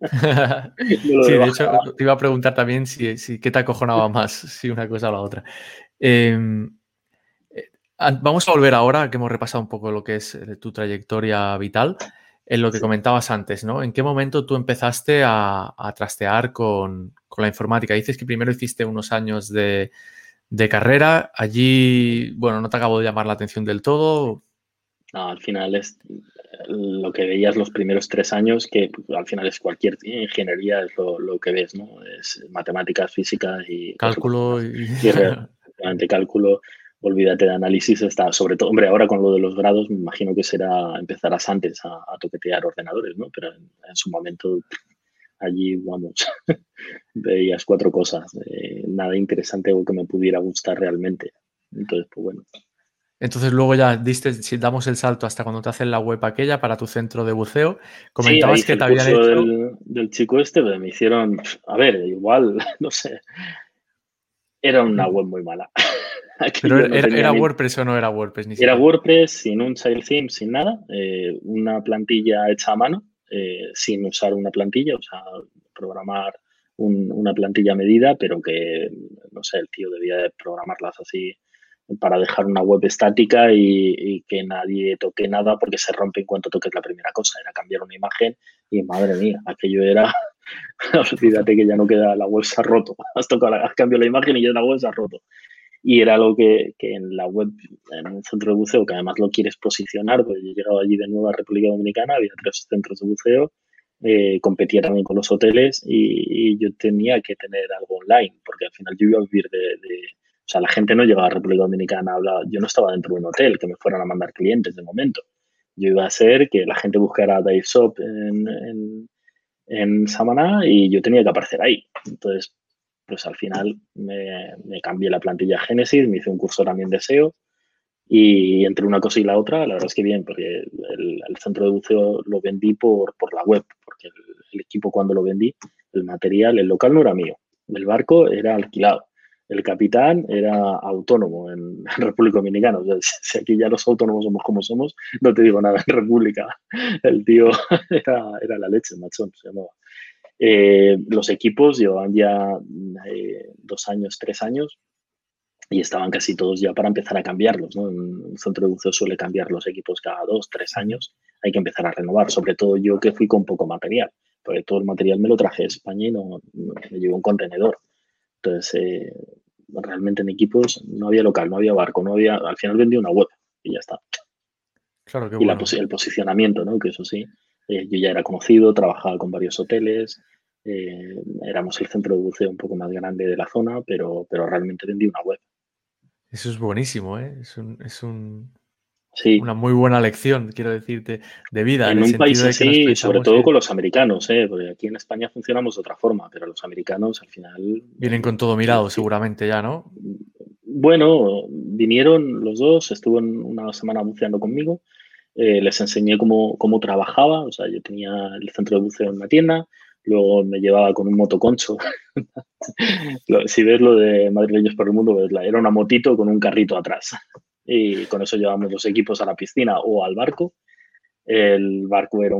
No lo Sí, de de bajar. hecho, te iba a preguntar también si qué te acojonaba más, si una cosa o la otra. Em, Vamos a volver ahora, que hemos repasado un poco lo que es tu trayectoria vital, en lo que Sí. comentabas antes, ¿no? ¿En qué momento tú empezaste a trastear con la informática? Dices que primero hiciste unos años de carrera. Allí, bueno, no te acabó de llamar la atención del todo. No, al final es lo que veías los primeros 3 años, que pues, al final es cualquier ingeniería, es lo que ves, ¿no? Es matemáticas, física y 4 cosas Cálculo más. y... Y realmente cálculo, olvídate de análisis, está sobre todo, hombre, ahora con lo de los grados, me imagino que empezarás antes a toquetear ordenadores, ¿no? Pero en su momento allí, vamos, veías 4 cosas, nada interesante o que me pudiera gustar realmente. Entonces, pues bueno. Entonces luego ya diste, si damos el salto hasta cuando te hacen la web aquella para tu centro de buceo, Sí, ahí comentabas hice que el te habían curso hecho, del chico este, pero me hicieron, a ver, igual, no sé, era una web muy mala. pero Aquello no tenía era ni... WordPress o no era WordPress ni Era siquiera. WordPress sin un child theme, sin nada, una plantilla hecha a mano, sin usar una plantilla, o sea, programar una plantilla a medida, pero que, no sé, el tío debía de programarlas así para dejar una web estática y que nadie toque nada porque se rompe en cuanto toques la primera cosa. Era cambiar una imagen y, madre mía, aquello era... Olvídate que ya no queda, la web se ha roto. Has cambiado la imagen y ya la web se ha roto. Y era algo que en la web, en un centro de buceo, que además lo quieres posicionar, pues yo he llegado allí de nuevo a República Dominicana, había 3 centros de buceo, competía también con los hoteles y yo tenía que tener algo online, porque al final yo iba a vivir o sea, la gente no llegaba a República Dominicana, yo no estaba dentro de un hotel que me fueran a mandar clientes de momento. Yo iba a ser que la gente buscara Dive Shop en Samaná y yo tenía que aparecer ahí. Entonces, pues al final me cambié la plantilla Génesis, me hice un curso también de SEO y entre una cosa y la otra, la verdad es que bien, porque el centro de buceo lo vendí por la web, porque el equipo cuando lo vendí, el material, el local no era mío, el barco era alquilado. El capitán era autónomo en República Dominicana. O sea, si aquí ya los autónomos somos como somos, no te digo nada en República. El tío era la leche, machón, se llamaba. Los equipos llevaban ya 2 años, 3 años y estaban casi todos ya para empezar a cambiarlos, ¿no? Un centro de buceo suele cambiar los equipos cada 2, 3 años, hay que empezar a renovar, sobre todo yo que fui con poco material, porque todo el material me lo traje de España y no me llevo un contenedor. Entonces, realmente en equipos no había local, no había barco, al final vendí una web y ya está. Claro, qué Y bueno. el posicionamiento, ¿no? Que eso sí, yo ya era conocido, trabajaba con varios hoteles, éramos el centro de buceo un poco más grande de la zona, pero realmente vendí una web. Eso es buenísimo, ¿eh? Sí, una muy buena lección, quiero decirte, de vida, en en el un país sentido de que nos así, sobre pensamos todo que con los americanos, porque aquí en España funcionamos de otra forma, pero los americanos al final, vienen con todo mirado, seguramente ya, ¿no? bueno, vinieron los dos, estuvo una semana buceando conmigo, les enseñé cómo trabajaba, o sea, yo tenía el centro de buceo en una tienda, luego me llevaba con un motoconcho. Si ves lo de Madrileños por el Mundo, era una motito con un carrito atrás. Y con eso llevamos los equipos a la piscina o al barco. El barco era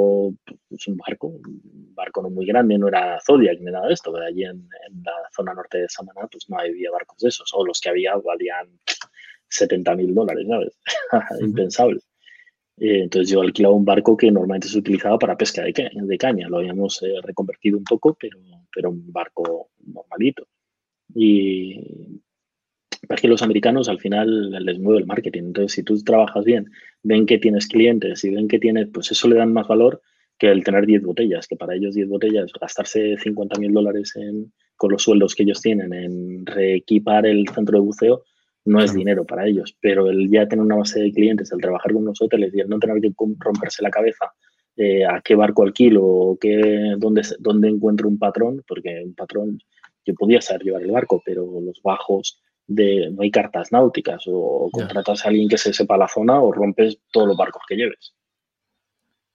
un barco no muy grande, no era Zodiac ni nada de esto, pero allí en la zona norte de Samaná pues no había barcos de esos, o los que había valían $70.000, ¿sabes? Impensable. Entonces yo alquilaba un barco que normalmente se utilizaba para pesca de caña, lo habíamos reconvertido un poco, pero un barco normalito. Y es que los americanos al final les mueve el marketing. Entonces, si tú trabajas bien, ven que tienes clientes y ven que tienes, pues eso le dan más valor que el tener 10 botellas, que para ellos 10 botellas, gastarse $50.000 con los sueldos que ellos tienen en reequipar el centro de buceo, no es Claro. dinero para ellos. Pero el ya tener una base de clientes, el trabajar con los hoteles y el no tener que romperse la cabeza a qué barco alquilo o dónde encuentro un patrón, porque un patrón, yo podía saber llevar el barco, pero los bajos no hay cartas náuticas o Ya. contratas a alguien que se sepa la zona o rompes todos los barcos que lleves.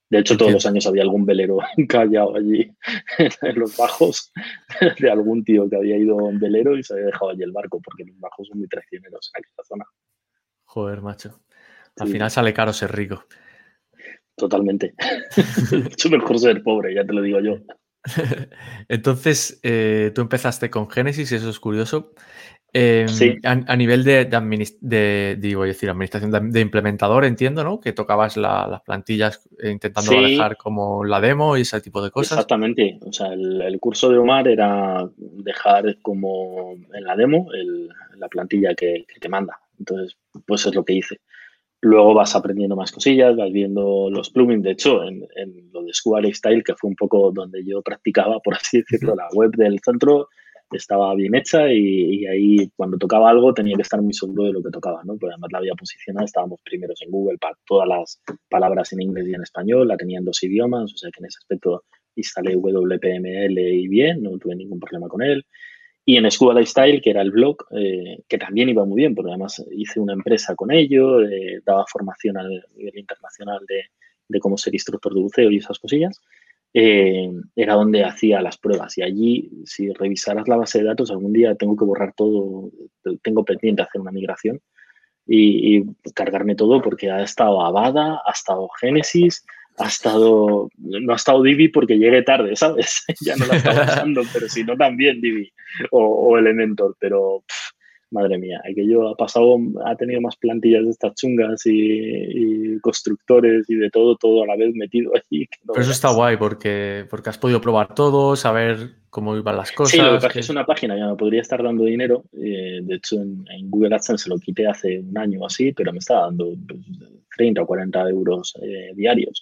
De hecho, todos los entiendo. años había algún velero encallado allí en los bajos de algún tío que había ido en velero y se había dejado allí el barco, porque los bajos son muy traicioneros en aquella zona. Joder, macho. Al Sí, final sí, sale caro ser rico. totalmente. Mucho mejor ser pobre, ya te lo digo yo. Entonces, tú empezaste con Génesis y eso es curioso. Sí, A nivel digo, decir, administración de implementador, entiendo, ¿no? Que tocabas las plantillas intentando sí, manejar como la demo y ese tipo de cosas. exactamente. O sea, el curso de Omar era dejar como en la demo la plantilla que te manda. Entonces, pues es lo que hice. Luego vas aprendiendo más cosillas, vas viendo los plugins. De hecho, en lo de Scuba Lifestyle, que fue un poco donde yo practicaba, por así decirlo, Ujú. la web del centro estaba bien hecha y ahí cuando tocaba algo tenía que estar muy seguro de lo que tocaba, ¿no? Porque además la había posicionado, estábamos primeros en Google para todas las palabras en inglés y en español, la tenía en dos idiomas, o sea que en ese aspecto instalé WPML y bien, no tuve ningún problema con él. Y en Scuba Lifestyle, que era el blog, que también iba muy bien, porque además hice una empresa con ello, daba formación a nivel internacional de cómo ser instructor de buceo y esas cosillas, era donde hacía las pruebas. Y allí, si revisaras la base de datos, algún día tengo que borrar todo, tengo pendiente hacer una migración y cargarme todo porque ha estado Avada, ha estado Génesis, no ha estado Divi porque llegué tarde, ¿sabes? Ya no la estaba usando, pero si no también Divi o Elementor, pero madre mía, aquello ha tenido más plantillas de estas chungas y constructores y de todo, todo a la vez metido allí, que no Pero eso está veas. guay porque has podido probar todo, saber cómo iban las Sí, lo que cosas, pasa es que es una página que me podría estar dando dinero. De hecho, en Google AdSense se lo quité hace un año o así, pero me estaba dando pues, 30 o 40 euros diarios.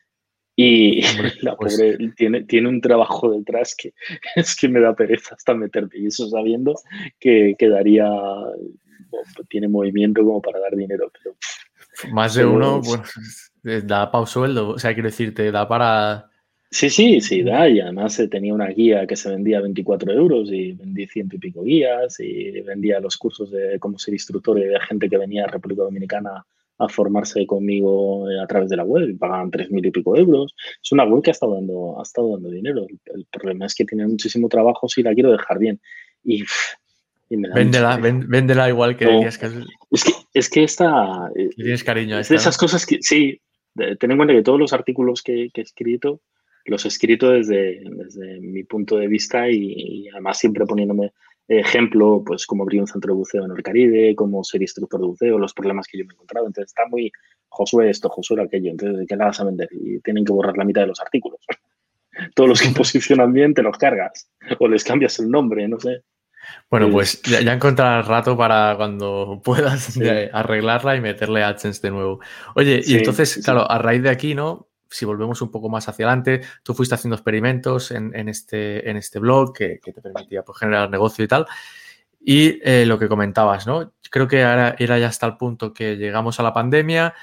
Y hombre, la pues pobre tiene un trabajo detrás que es que me da pereza hasta meterte. Y eso sabiendo que daría, tiene movimiento como para dar dinero, pero más de solo, uno, bueno, da para un sueldo. O sea, quiero decir, te da para... sí, sí, sí, da. Y además tenía una guía que se vendía a 24 euros y vendí ciento y pico guías y vendía los cursos de cómo ser instructor y había gente que venía a República Dominicana a formarse conmigo a través de la web y pagaban 3.000 y pico euros. Es una web que ha estado dando dinero. El problema es que tiene muchísimo trabajo si la quiero dejar bien y me da mucha Véndela, pereza. véndela igual que No, decías que es que esta le tienes cariño a es de esta, esas ¿no? cosas que sí, ten en cuenta que todos los artículos que he escrito los he escrito desde mi punto de vista y además siempre poniéndome ejemplo, pues cómo abrir un centro de buceo en el Caribe, cómo ser instructor de buceo, los problemas que yo me he encontrado. Entonces está muy Josué esto, Josué aquello. Entonces, ¿de qué la vas a vender? Y tienen que borrar la mitad de los artículos. Todos los que posicionan bien te los cargas o les cambias el nombre, no sé. Bueno, Es, pues ya encontrarás rato para cuando puedas sí, arreglarla y meterle AdSense de nuevo. Oye, y sí, entonces, sí, sí. claro, a raíz de aquí, ¿no? Si volvemos un poco más hacia adelante, tú fuiste haciendo experimentos en este blog que te permitía pues, generar negocio y tal. Y lo que comentabas, ¿no? Creo que ahora era ya hasta el punto que llegamos a la pandemia,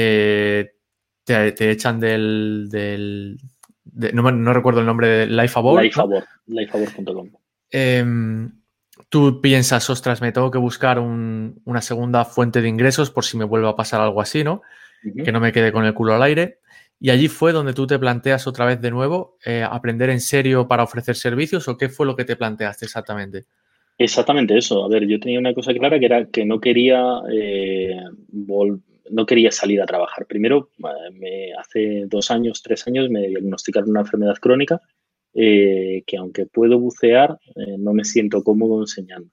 te echan no recuerdo el nombre de Life Aboard, ¿no? Lifeabort.com. Em, Tú piensas, ostras, me tengo que buscar una segunda fuente de ingresos por si me vuelve a pasar algo así, ¿no? Que Ujú. no me quede con el culo al aire. Y allí fue donde tú te planteas otra vez de nuevo aprender en serio para ofrecer servicios o qué fue lo que te planteaste exactamente. Exactamente eso. A ver, yo tenía una cosa clara que era que no quería, no quería salir a trabajar. Primero, hace 2 años, 3 años, me diagnosticaron una enfermedad crónica que aunque puedo bucear, no me siento cómodo enseñando.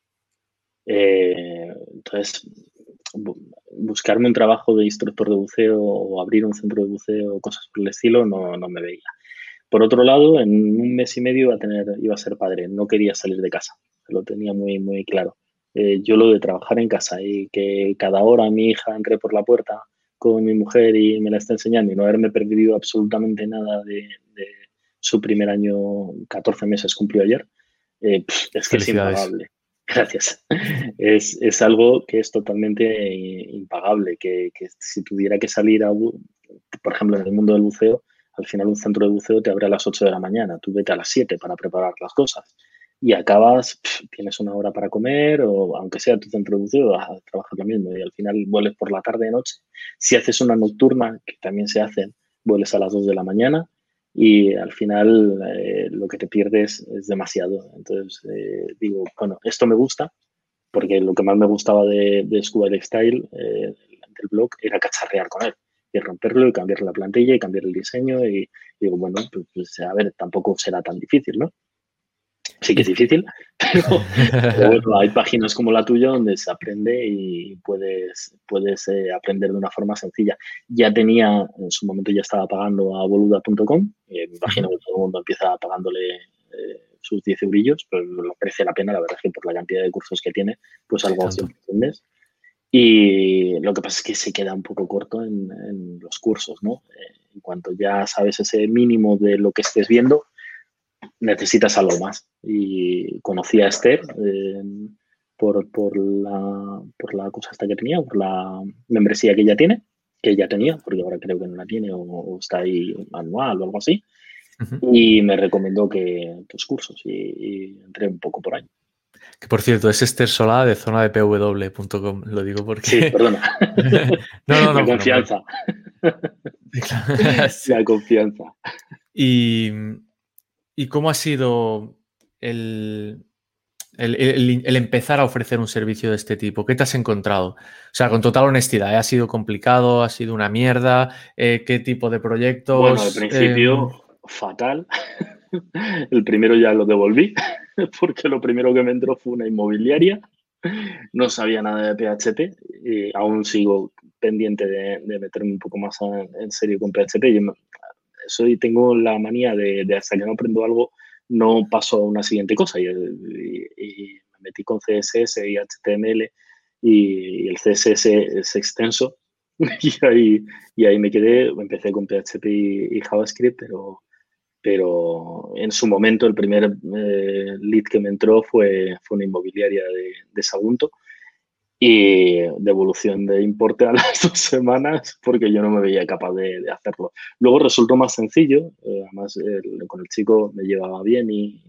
Entonces, buscarme un trabajo de instructor de buceo o abrir un centro de buceo o cosas por el estilo no me veía. Por otro lado, en un mes y medio iba a ser padre, no quería salir de casa, lo tenía muy, muy claro. Yo lo de trabajar en casa y que cada hora mi hija entre por la puerta con mi mujer y me la está enseñando y no haberme perdido absolutamente nada de su primer año, 14 meses cumplió ayer, es que es Felicidades. impagable. Gracias. Es algo que es totalmente impagable, que si tuviera que salir por ejemplo, en el mundo del buceo, al final un centro de buceo te abre a las 8 de la mañana, tú vete a las 7 para preparar las cosas y acabas, tienes una hora para comer o aunque sea tu centro de buceo, vas a trabajar lo mismo y al final vuelves por la tarde noche. Si haces una nocturna, que también se hacen, vuelves a las 2 de la mañana y al final lo que te pierdes es demasiado. Entonces digo, bueno, esto me gusta porque lo que más me gustaba de Scuba Lifestyle, del blog, era cacharrear con él y romperlo y cambiar la plantilla y cambiar el diseño y digo, bueno, pues a ver, tampoco será tan difícil, ¿no? Sí que es Y- difícil, pero bueno, hay páginas como la tuya donde se aprende y puedes aprender de una forma sencilla. Ya tenía, en su momento ya estaba pagando a boluda.com, me imagino Ujú. que todo el mundo empieza pagándole sus 10 eurillos, pero lo merece la pena, la verdad es que por la cantidad de cursos que tiene, pues algo Tanto. siempre aprendes. Y lo que pasa es que se queda un poco corto en los cursos, ¿no? En cuanto ya sabes ese mínimo de lo que estés viendo, necesitas algo más. Y conocí a Esther por la cosa esta que tenía, por la membresía que ella tiene, que ella tenía, porque ahora creo que no la tiene o está ahí anual o algo así. Ujú. Y me recomendó que tus cursos y entré un poco por ahí. Que por cierto, es Esther Solá de zonadepw.com. Lo digo Sí, porque. perdona. No, no, La no, pero confianza. sí. La confianza. Y, ¿Y cómo ha sido el, el empezar a ofrecer un servicio de este tipo? ¿Qué te has encontrado? O sea, con total honestidad, ¿ha sido complicado? ¿Ha sido una mierda? ¿Qué tipo de Bueno, al proyectos? principio, fatal. El primero ya lo devolví, porque lo primero que me entró fue una inmobiliaria. No sabía nada de PHP y aún sigo pendiente de meterme un poco más en serio con PHP. Tengo la manía de hasta que no aprendo algo, no paso a una siguiente cosa. Y me metí con CSS y HTML y el CSS es extenso y ahí me quedé. Empecé con PHP y JavaScript, pero en su momento el primer lead que me entró fue una inmobiliaria de Sagunto y devolución de importe a las 2 semanas porque yo no me veía capaz de hacerlo. Luego resultó más sencillo, además con el chico me llevaba bien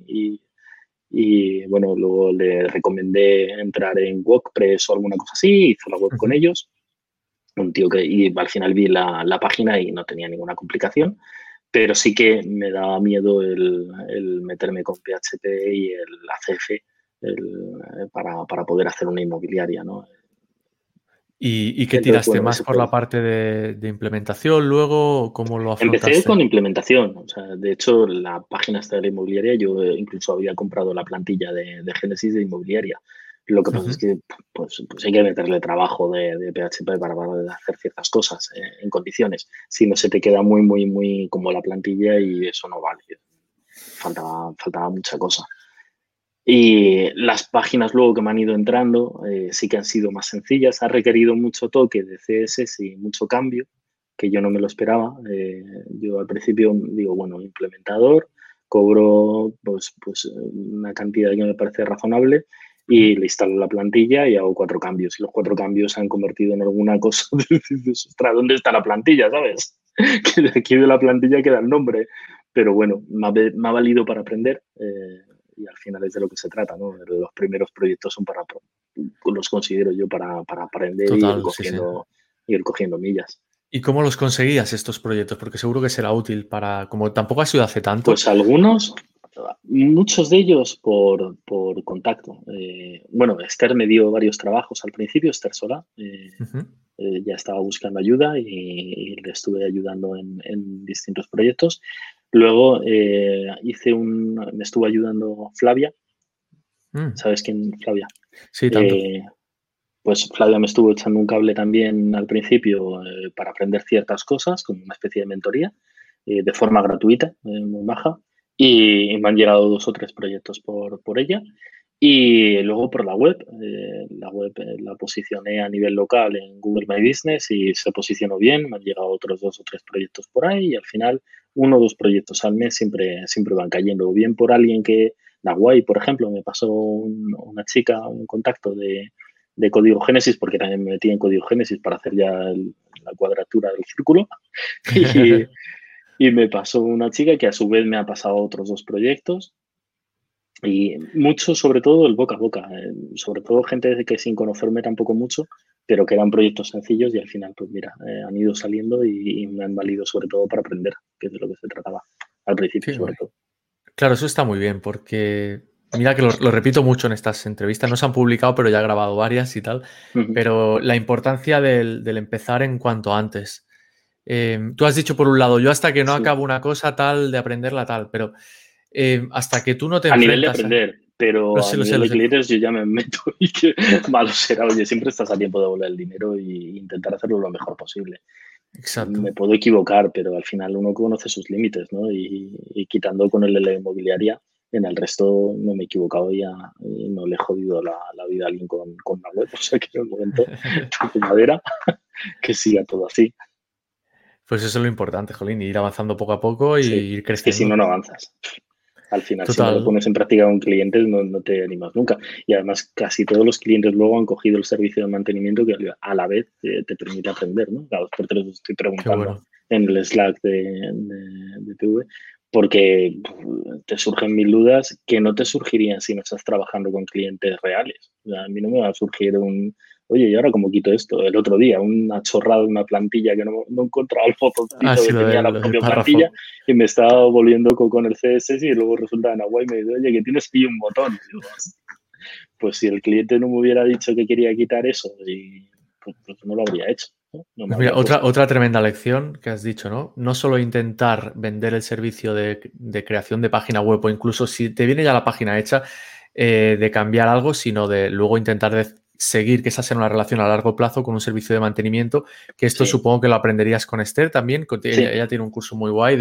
y, bueno, luego le recomendé entrar en WordPress o alguna cosa así, hizo la web con Ujú. ellos, un tío y al final vi la página y no tenía ninguna complicación, pero sí que me daba miedo el meterme con PHP y el ACF para poder hacer una inmobiliaria, ¿no? ¿Y qué Entonces, tiraste bueno, más ese por fue. la parte de implementación luego o cómo lo Empecé afrontaste? con implementación, o sea, de hecho, la página esta de la inmobiliaria, yo incluso había comprado la plantilla de Génesis de inmobiliaria. Lo que pasa es Ujú. que pues hay que meterle trabajo de PHP para hacer ciertas cosas en condiciones. Si no, se te queda muy, muy, muy como la plantilla y eso no vale. Faltaba mucha cosa. Y las páginas luego que me han ido entrando sí que han sido más sencillas. Ha requerido mucho toque de CSS y mucho cambio, que yo no me lo esperaba. Yo al principio digo, bueno, implementador, cobro pues una cantidad que me parece razonable Ujú. y le instalo la plantilla y hago 4 cambios. Y los 4 cambios se han convertido en alguna cosa de decir, ostras, ¿dónde está la plantilla? ¿Sabes? Que de aquí de la plantilla queda el nombre. Pero bueno, me ha valido para aprender. Y al final es de lo que se trata, ¿no? Los primeros proyectos son los considero yo para aprender y Total, sí, sí. ir cogiendo millas. ¿Y cómo los conseguías estos proyectos? Porque seguro que será útil para, como tampoco ha sido hace tanto. Pues muchos de ellos por contacto. Bueno, Esther me dio varios trabajos al principio, Esther Sola. Ujú. Ya estaba buscando ayuda y le estuve ayudando en distintos proyectos. Luego me estuvo ayudando Flavia. Mm. ¿Sabes quién es Flavia? Sí, tanto. Eh, Pues Flavia me estuvo echando un cable también al principio para aprender ciertas cosas, como una especie de mentoría, de forma gratuita, muy baja, y me han llegado 2 o 3 proyectos por ella. Y luego por la web la posicioné a nivel local en Google My Business y se posicionó bien, me han llegado otros 2 o 3 proyectos por ahí y al final 1 o 2 proyectos al mes siempre van cayendo, o bien por alguien que, da guay, por ejemplo, me pasó una chica, un contacto de código Génesis, porque también me metí en código Génesis para hacer ya la cuadratura del círculo. Y, y me pasó una chica que a su vez me ha pasado otros 2 proyectos. Y mucho, sobre todo, el boca a boca. Sobre todo gente que sin conocerme tampoco mucho, pero que eran proyectos sencillos y al final, pues mira, han ido saliendo y me han valido sobre todo para aprender, que es de lo que se trataba al principio, Sí, sobre todo. claro, eso está muy bien porque mira que lo repito mucho en estas entrevistas, no se han publicado, pero ya he grabado varias y tal, Ujú. pero la importancia del empezar en cuanto antes. Tú has dicho por un lado, yo hasta que no Sí. acabo una cosa tal, de aprenderla tal, pero hasta que tú no te A nivel de enfrentas a... aprender, Lo pero a sé, lo sé, nivel lo de sé. clientes yo ya me meto y que malo será. Oye, siempre estás a tiempo de devolver el dinero y intentar hacerlo lo mejor posible. Exacto. Me puedo equivocar, pero al final uno conoce sus límites, ¿no? Y quitando con el de la inmobiliaria, en el resto no me he equivocado y no le he jodido la vida a alguien con una web. O sea que en el momento, toco madera, que siga todo así. Pues eso es lo importante, Jolín, ir avanzando poco a poco y Sí, ir es que si no, creciendo. no avanzas. Al final, si no lo Total, pones en práctica con clientes, no te animas nunca. Y además, casi todos los clientes luego han cogido el servicio de mantenimiento que a la vez te permite aprender, ¿no? Cada dos por tres os estoy qué preguntando bueno. en el Slack de PV, porque te surgen mil dudas que no te surgirían si no estás trabajando con clientes reales. O sea, a mí no me va a surgir oye, ¿y ahora cómo quito esto? El otro día, una chorrada, una plantilla que no encontraba el Ah, botoncito sí, que tenía la lo del propia plantilla párrafo. y me estaba volviendo con el CSS y luego resulta en Agua y me dice, oye, que tienes aquí un botón. Y digo, pues si el cliente no me hubiera dicho que quería quitar eso, pues no lo habría hecho. No me Pues mira, habría otra, puesto. otra tremenda lección que has dicho, ¿no? No solo intentar vender el servicio de creación de página web o incluso si te viene ya la página hecha, de cambiar algo, sino de luego intentar seguir que esa sea una relación a largo plazo con un servicio de mantenimiento, que esto Sí, supongo que lo aprenderías con Esther también. Ella, sí, ella tiene un curso muy guay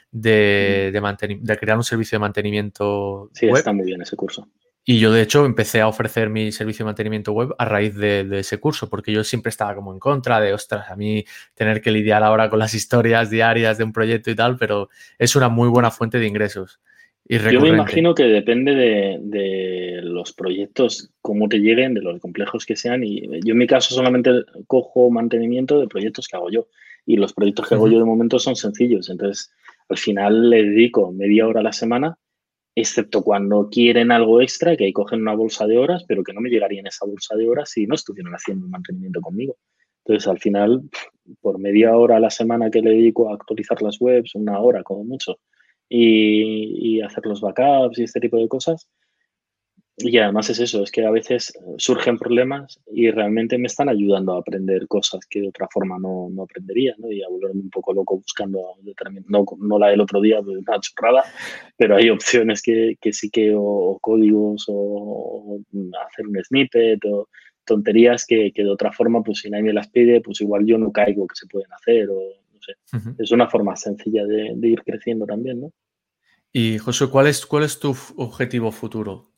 de crear un servicio de mantenimiento sí, está web. muy bien ese curso. Y yo, de hecho, empecé a ofrecer mi servicio de mantenimiento web a raíz de ese curso, porque yo siempre estaba como en contra de, ostras, a mí tener que lidiar ahora con las historias diarias de un proyecto y tal, pero es una muy buena fuente de ingresos y Yo me recurrente. imagino que depende de los proyectos, cómo te lleguen, de los complejos que sean. Y yo en mi caso solamente cojo mantenimiento de proyectos que hago yo. Y los proyectos que hago yo Ujú. de momento son sencillos. Entonces, al final le dedico media hora a la semana, excepto cuando quieren algo extra, que ahí cogen una bolsa de horas, pero que no me llegaría en esa bolsa de horas si no estuvieran haciendo el mantenimiento conmigo. Entonces, al final, por media hora a la semana que le dedico a actualizar las webs, una hora como mucho, y hacer los backups y este tipo de cosas. Y además es eso, es que a veces surgen problemas y realmente me están ayudando a aprender cosas que de otra forma no aprendería, ¿no? Y a volverme un poco loco buscando, no la del otro día, pues una chorrada, pero hay opciones que sí que, o códigos, o hacer un snippet, o tonterías que de otra forma, pues si nadie me las pide, pues igual yo no caigo que se pueden hacer, o no sé. Ujú. Es una forma sencilla de ir creciendo también, ¿no? Y Josué, ¿cuál es tu objetivo futuro?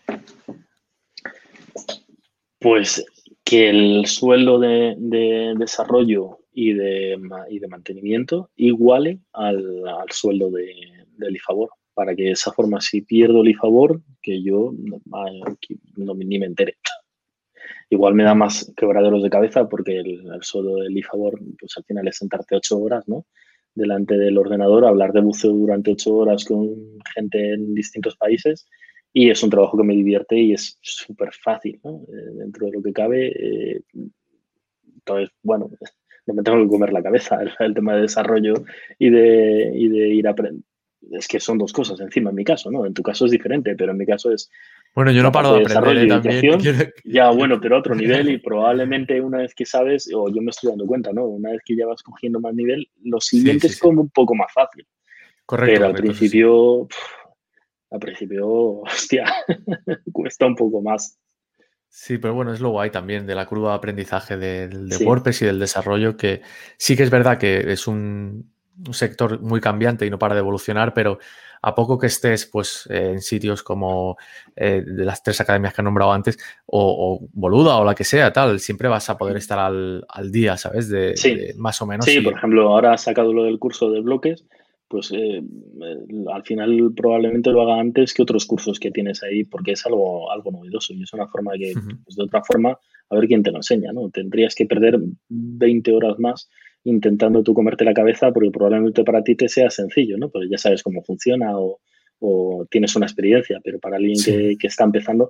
Pues que el sueldo de desarrollo y de mantenimiento iguale al sueldo del IFABOR, para que de esa forma, si pierdo el IFABOR, que yo ni me entere. Igual me da Ujú. más quebraderos de cabeza porque el sueldo del IFABOR, pues al final es sentarte 8 horas, ¿no? Delante del ordenador, hablar de buceo durante 8 horas con gente en distintos países y es un trabajo que me divierte y es súper fácil, ¿no? Dentro de lo que cabe. Entonces, bueno, no me tengo que comer la cabeza el tema de desarrollo y de ir a aprender. Es que son dos cosas encima en mi caso, ¿no? En tu caso es diferente, pero en mi caso es Bueno, yo la no paro parte de de aprender, desarrollo y también. edición, ya Quiero bueno, que- pero a otro nivel y probablemente una vez que sabes, o yo me estoy dando cuenta, ¿no? Una vez que ya vas cogiendo más nivel, lo Sí, siguiente sí, es sí. como un poco más fácil, Correcto, pero correcto, eso sí. al principio, hostia, cuesta un poco más. Sí, pero bueno, es lo guay también de la curva de aprendizaje de Sí, WordPress y del desarrollo, que sí que es verdad que es un sector muy cambiante y no para de evolucionar, pero a poco que estés pues, en sitios como de las tres academias que he nombrado antes, o Boluda o la que sea, tal, siempre vas a poder estar al día, ¿sabes? sí, De más o menos sí, por y ejemplo, ahora has sacado lo del curso de bloques, pues al final probablemente lo haga antes que otros cursos que tienes ahí, porque es algo novedoso y es una forma que, pues de otra forma, a ver quién te lo enseña, ¿no? Tendrías que perder 20 horas más intentando tú comerte la cabeza porque probablemente para ti te sea sencillo, ¿no? Porque ya sabes cómo funciona o tienes una experiencia, pero para alguien sí. que está empezando,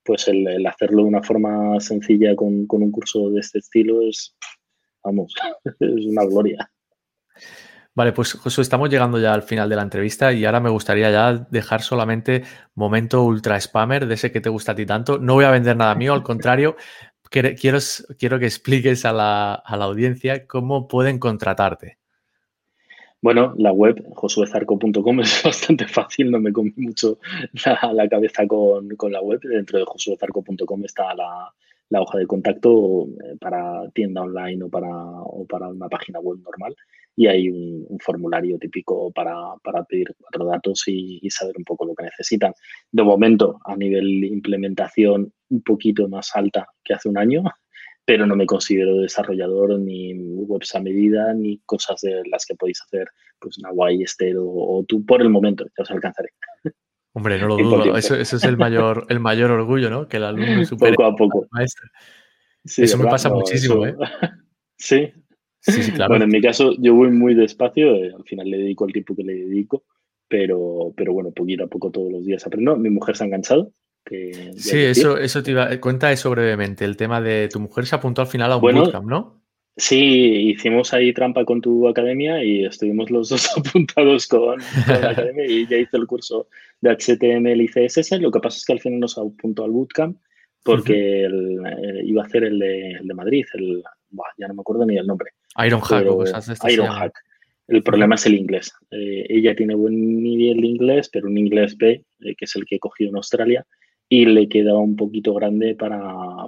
pues el hacerlo de una forma sencilla con un curso de este estilo es, vamos, es una gloria. Vale, pues Josué, estamos llegando ya al final de la entrevista y ahora me gustaría ya dejar solamente momento ultra spammer de ese que te gusta a ti tanto. No voy a vender nada mío, al contrario, quiero que expliques a la audiencia cómo pueden contratarte. Bueno, la web josuezarco.com es bastante fácil, no me comí mucho la cabeza con la web. Dentro de josuezarco.com está la hoja de contacto para tienda online o para una página web normal. Y hay un formulario típico para pedir 4 datos y saber un poco lo que necesitan. De momento, a nivel implementación, un poquito más alta que hace un año, pero no me considero desarrollador ni webs a medida ni cosas de las que podéis hacer pues Naguai, Esther o tú por el momento, ya os alcanzaré. Hombre, no lo dudo. Eso es el mayor orgullo, ¿no? Que el alumno supere Poco a poco. al maestro. Sí, Eso me ¿verdad? pasa No, muchísimo, eso... ¿eh? Sí. Sí, claro. Bueno, en mi caso yo voy muy despacio, al final le dedico el tiempo que le dedico, pero bueno, poquito a poco todos los días aprendo. Mi mujer se ha enganchado, que ya Sí, es decir. eso cuenta eso brevemente. El tema de tu mujer se apuntó al final a un Bueno, bootcamp, ¿no? sí, hicimos ahí trampa con tu academia y estuvimos los dos apuntados con la academia y ya hice el curso de HTML y CSS. Lo que pasa es que al final nos apuntó al bootcamp porque iba a hacer el de Madrid, ya no me acuerdo ni el nombre, Ironhack o pero cosas de estas se llaman. Ironhack. El problema es el inglés. Ella tiene buen nivel de inglés, pero un inglés B, que es el que he cogido en Australia, y le quedaba un poquito grande para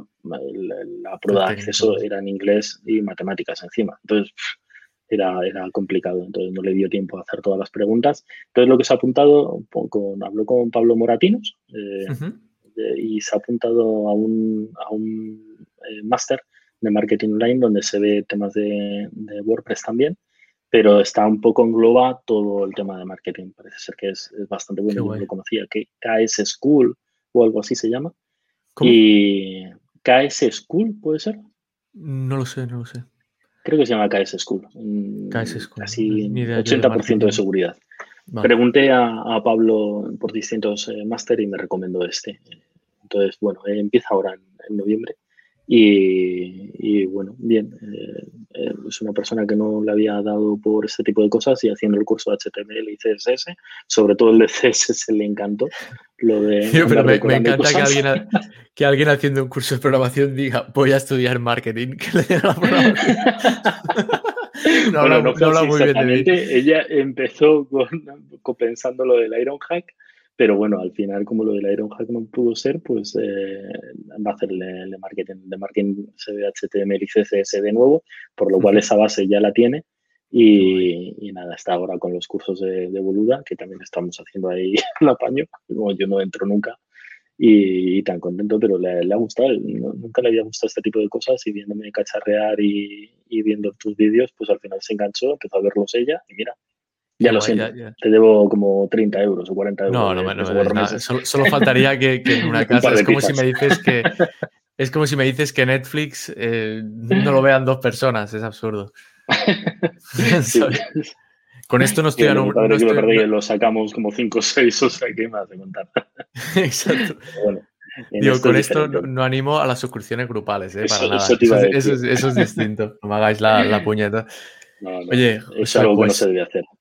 la prueba El de técnico. acceso, era en inglés y matemáticas encima. Entonces, era complicado, entonces no le dio tiempo a hacer todas las preguntas. Entonces, lo que se ha apuntado, habló con Pablo Moratinos y se ha apuntado a un máster de marketing online donde se ve temas de WordPress también, pero está un poco engloba todo el tema de marketing. Parece ser que es bastante Qué bueno, yo no guay. lo conocía, que KS School o algo así se llama. ¿Cómo? Y KS School, ¿puede ser? No lo sé, no lo sé. Creo que se llama KS School. KS School. Casi Ni idea yo de 80% de marketing. seguridad. Vale. Pregunté a Pablo por distintos máster y me recomendó este. Entonces, bueno, empieza ahora en noviembre. Y bueno, bien, es una persona que no le había dado por este tipo de cosas y haciendo el curso de HTML y CSS, sobre todo el de CSS le encantó, lo de Pero andar me decorando encanta cosas. que alguien haciendo un curso de programación diga voy a estudiar marketing, que le den la programación. Bueno, no No fue habla así muy bien de mí. exactamente. Ella empezó pensando lo del Ironhack, pero bueno, al final, como lo del Ironhack no pudo ser, pues va a hacer el de marketing HTML y CSS de nuevo, por lo cual esa base ya la tiene. Qué guay. Y nada, está ahora con los cursos de Boluda, que también estamos haciendo ahí el apaño. Como yo no entro nunca, y tan contento, pero le ha gustado. Nunca le había gustado este tipo de cosas y viéndome cacharrear y viendo tus vídeos, pues al final se enganchó, empezó a verlos ella y mira, Qué ya lo guay. siento, te debo como 30 euros o 40 euros No, de no me debes 4 nada. meses. Solo faltaría que en una Un casa par es de como si pizzas. me dices que Netflix no lo vean 2 personas. Es absurdo. Sí. ¿Sabes? Con esto no Y estoy el de mi padre que me perdí, no- lo sacamos como 5 o 6, o sea, ¿qué más de contar? Exacto. Pero bueno, en Digo, esto es con esto diferente. no animo a las suscripciones grupales, para nada. Eso te iba a decir. Eso es distinto. No me hagáis la puñeta. No, no, Oye, es Josué, algo que no se debe hacer.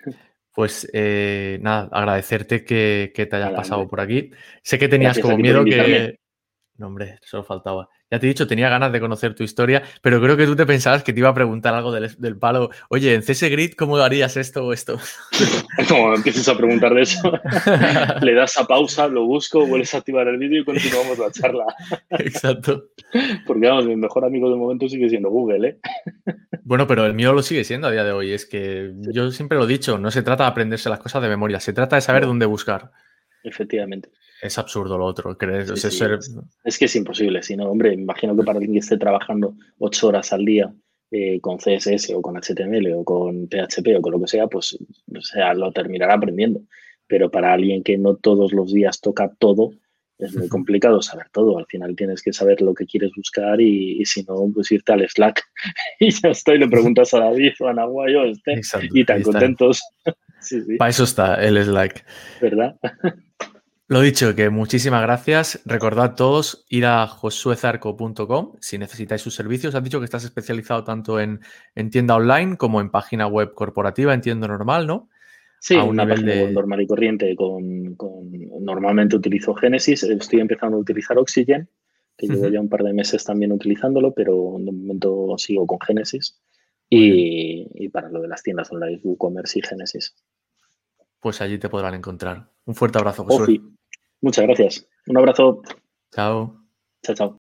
nada, agradecerte que te hayas Nada, pasado hombre. por aquí. Sé que tenías Gracias a como ti por miedo invitarme. que... No, hombre, solo faltaba. Ya te he dicho, tenía ganas de conocer tu historia, pero creo que tú te pensabas que te iba a preguntar algo del palo. Oye, en CS Grid, ¿cómo harías esto o esto? Como empieces a preguntar de eso, le das a pausa, lo busco, vuelves a activar el vídeo y continuamos la charla. Exacto. Porque vamos, mi mejor amigo de momento sigue siendo Google, ¿eh? Bueno, pero el mío lo sigue siendo a día de hoy. Es que Sí. yo siempre lo he dicho, no se trata de aprenderse las cosas de memoria, se trata de saber No, dónde buscar. efectivamente. Es absurdo lo otro, ¿crees? O Sí, sea, sí. Es que es imposible. Si no, hombre, imagino que para alguien que esté trabajando 8 horas al día con CSS o con HTML o con PHP o con lo que sea, pues o sea, lo terminará aprendiendo. Pero para alguien que no todos los días toca todo, es muy complicado saber todo. Al final tienes que saber lo que quieres buscar y si no, pues irte al Slack y ya está. Y le preguntas a David o a Nahuay o a Esther Exacto, y ahí tan está. contentos. Sí, sí, Para eso está el Slack. ¿verdad? Lo dicho, que muchísimas gracias. Recordad todos ir a josuezarco.com si necesitáis sus servicios. Has dicho que estás especializado tanto en tienda online como en página web corporativa, entiendo normal, ¿no? Sí, A un una nivel página web de... normal y corriente normalmente utilizo Genesis, estoy empezando a utilizar Oxygen, que llevo ya un par de meses también utilizándolo, pero de momento sigo con Genesis. Muy bien. Y para lo de las tiendas online, WooCommerce y Genesis. Pues allí te podrán encontrar. Un fuerte abrazo, Josué. Ofi, muchas gracias. Un abrazo. Chao. Chao, chao.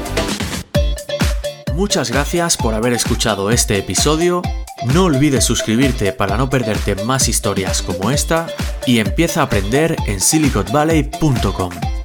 Muchas gracias por haber escuchado este episodio. No olvides suscribirte para no perderte más historias como esta y empieza a aprender en siliconvalley.com.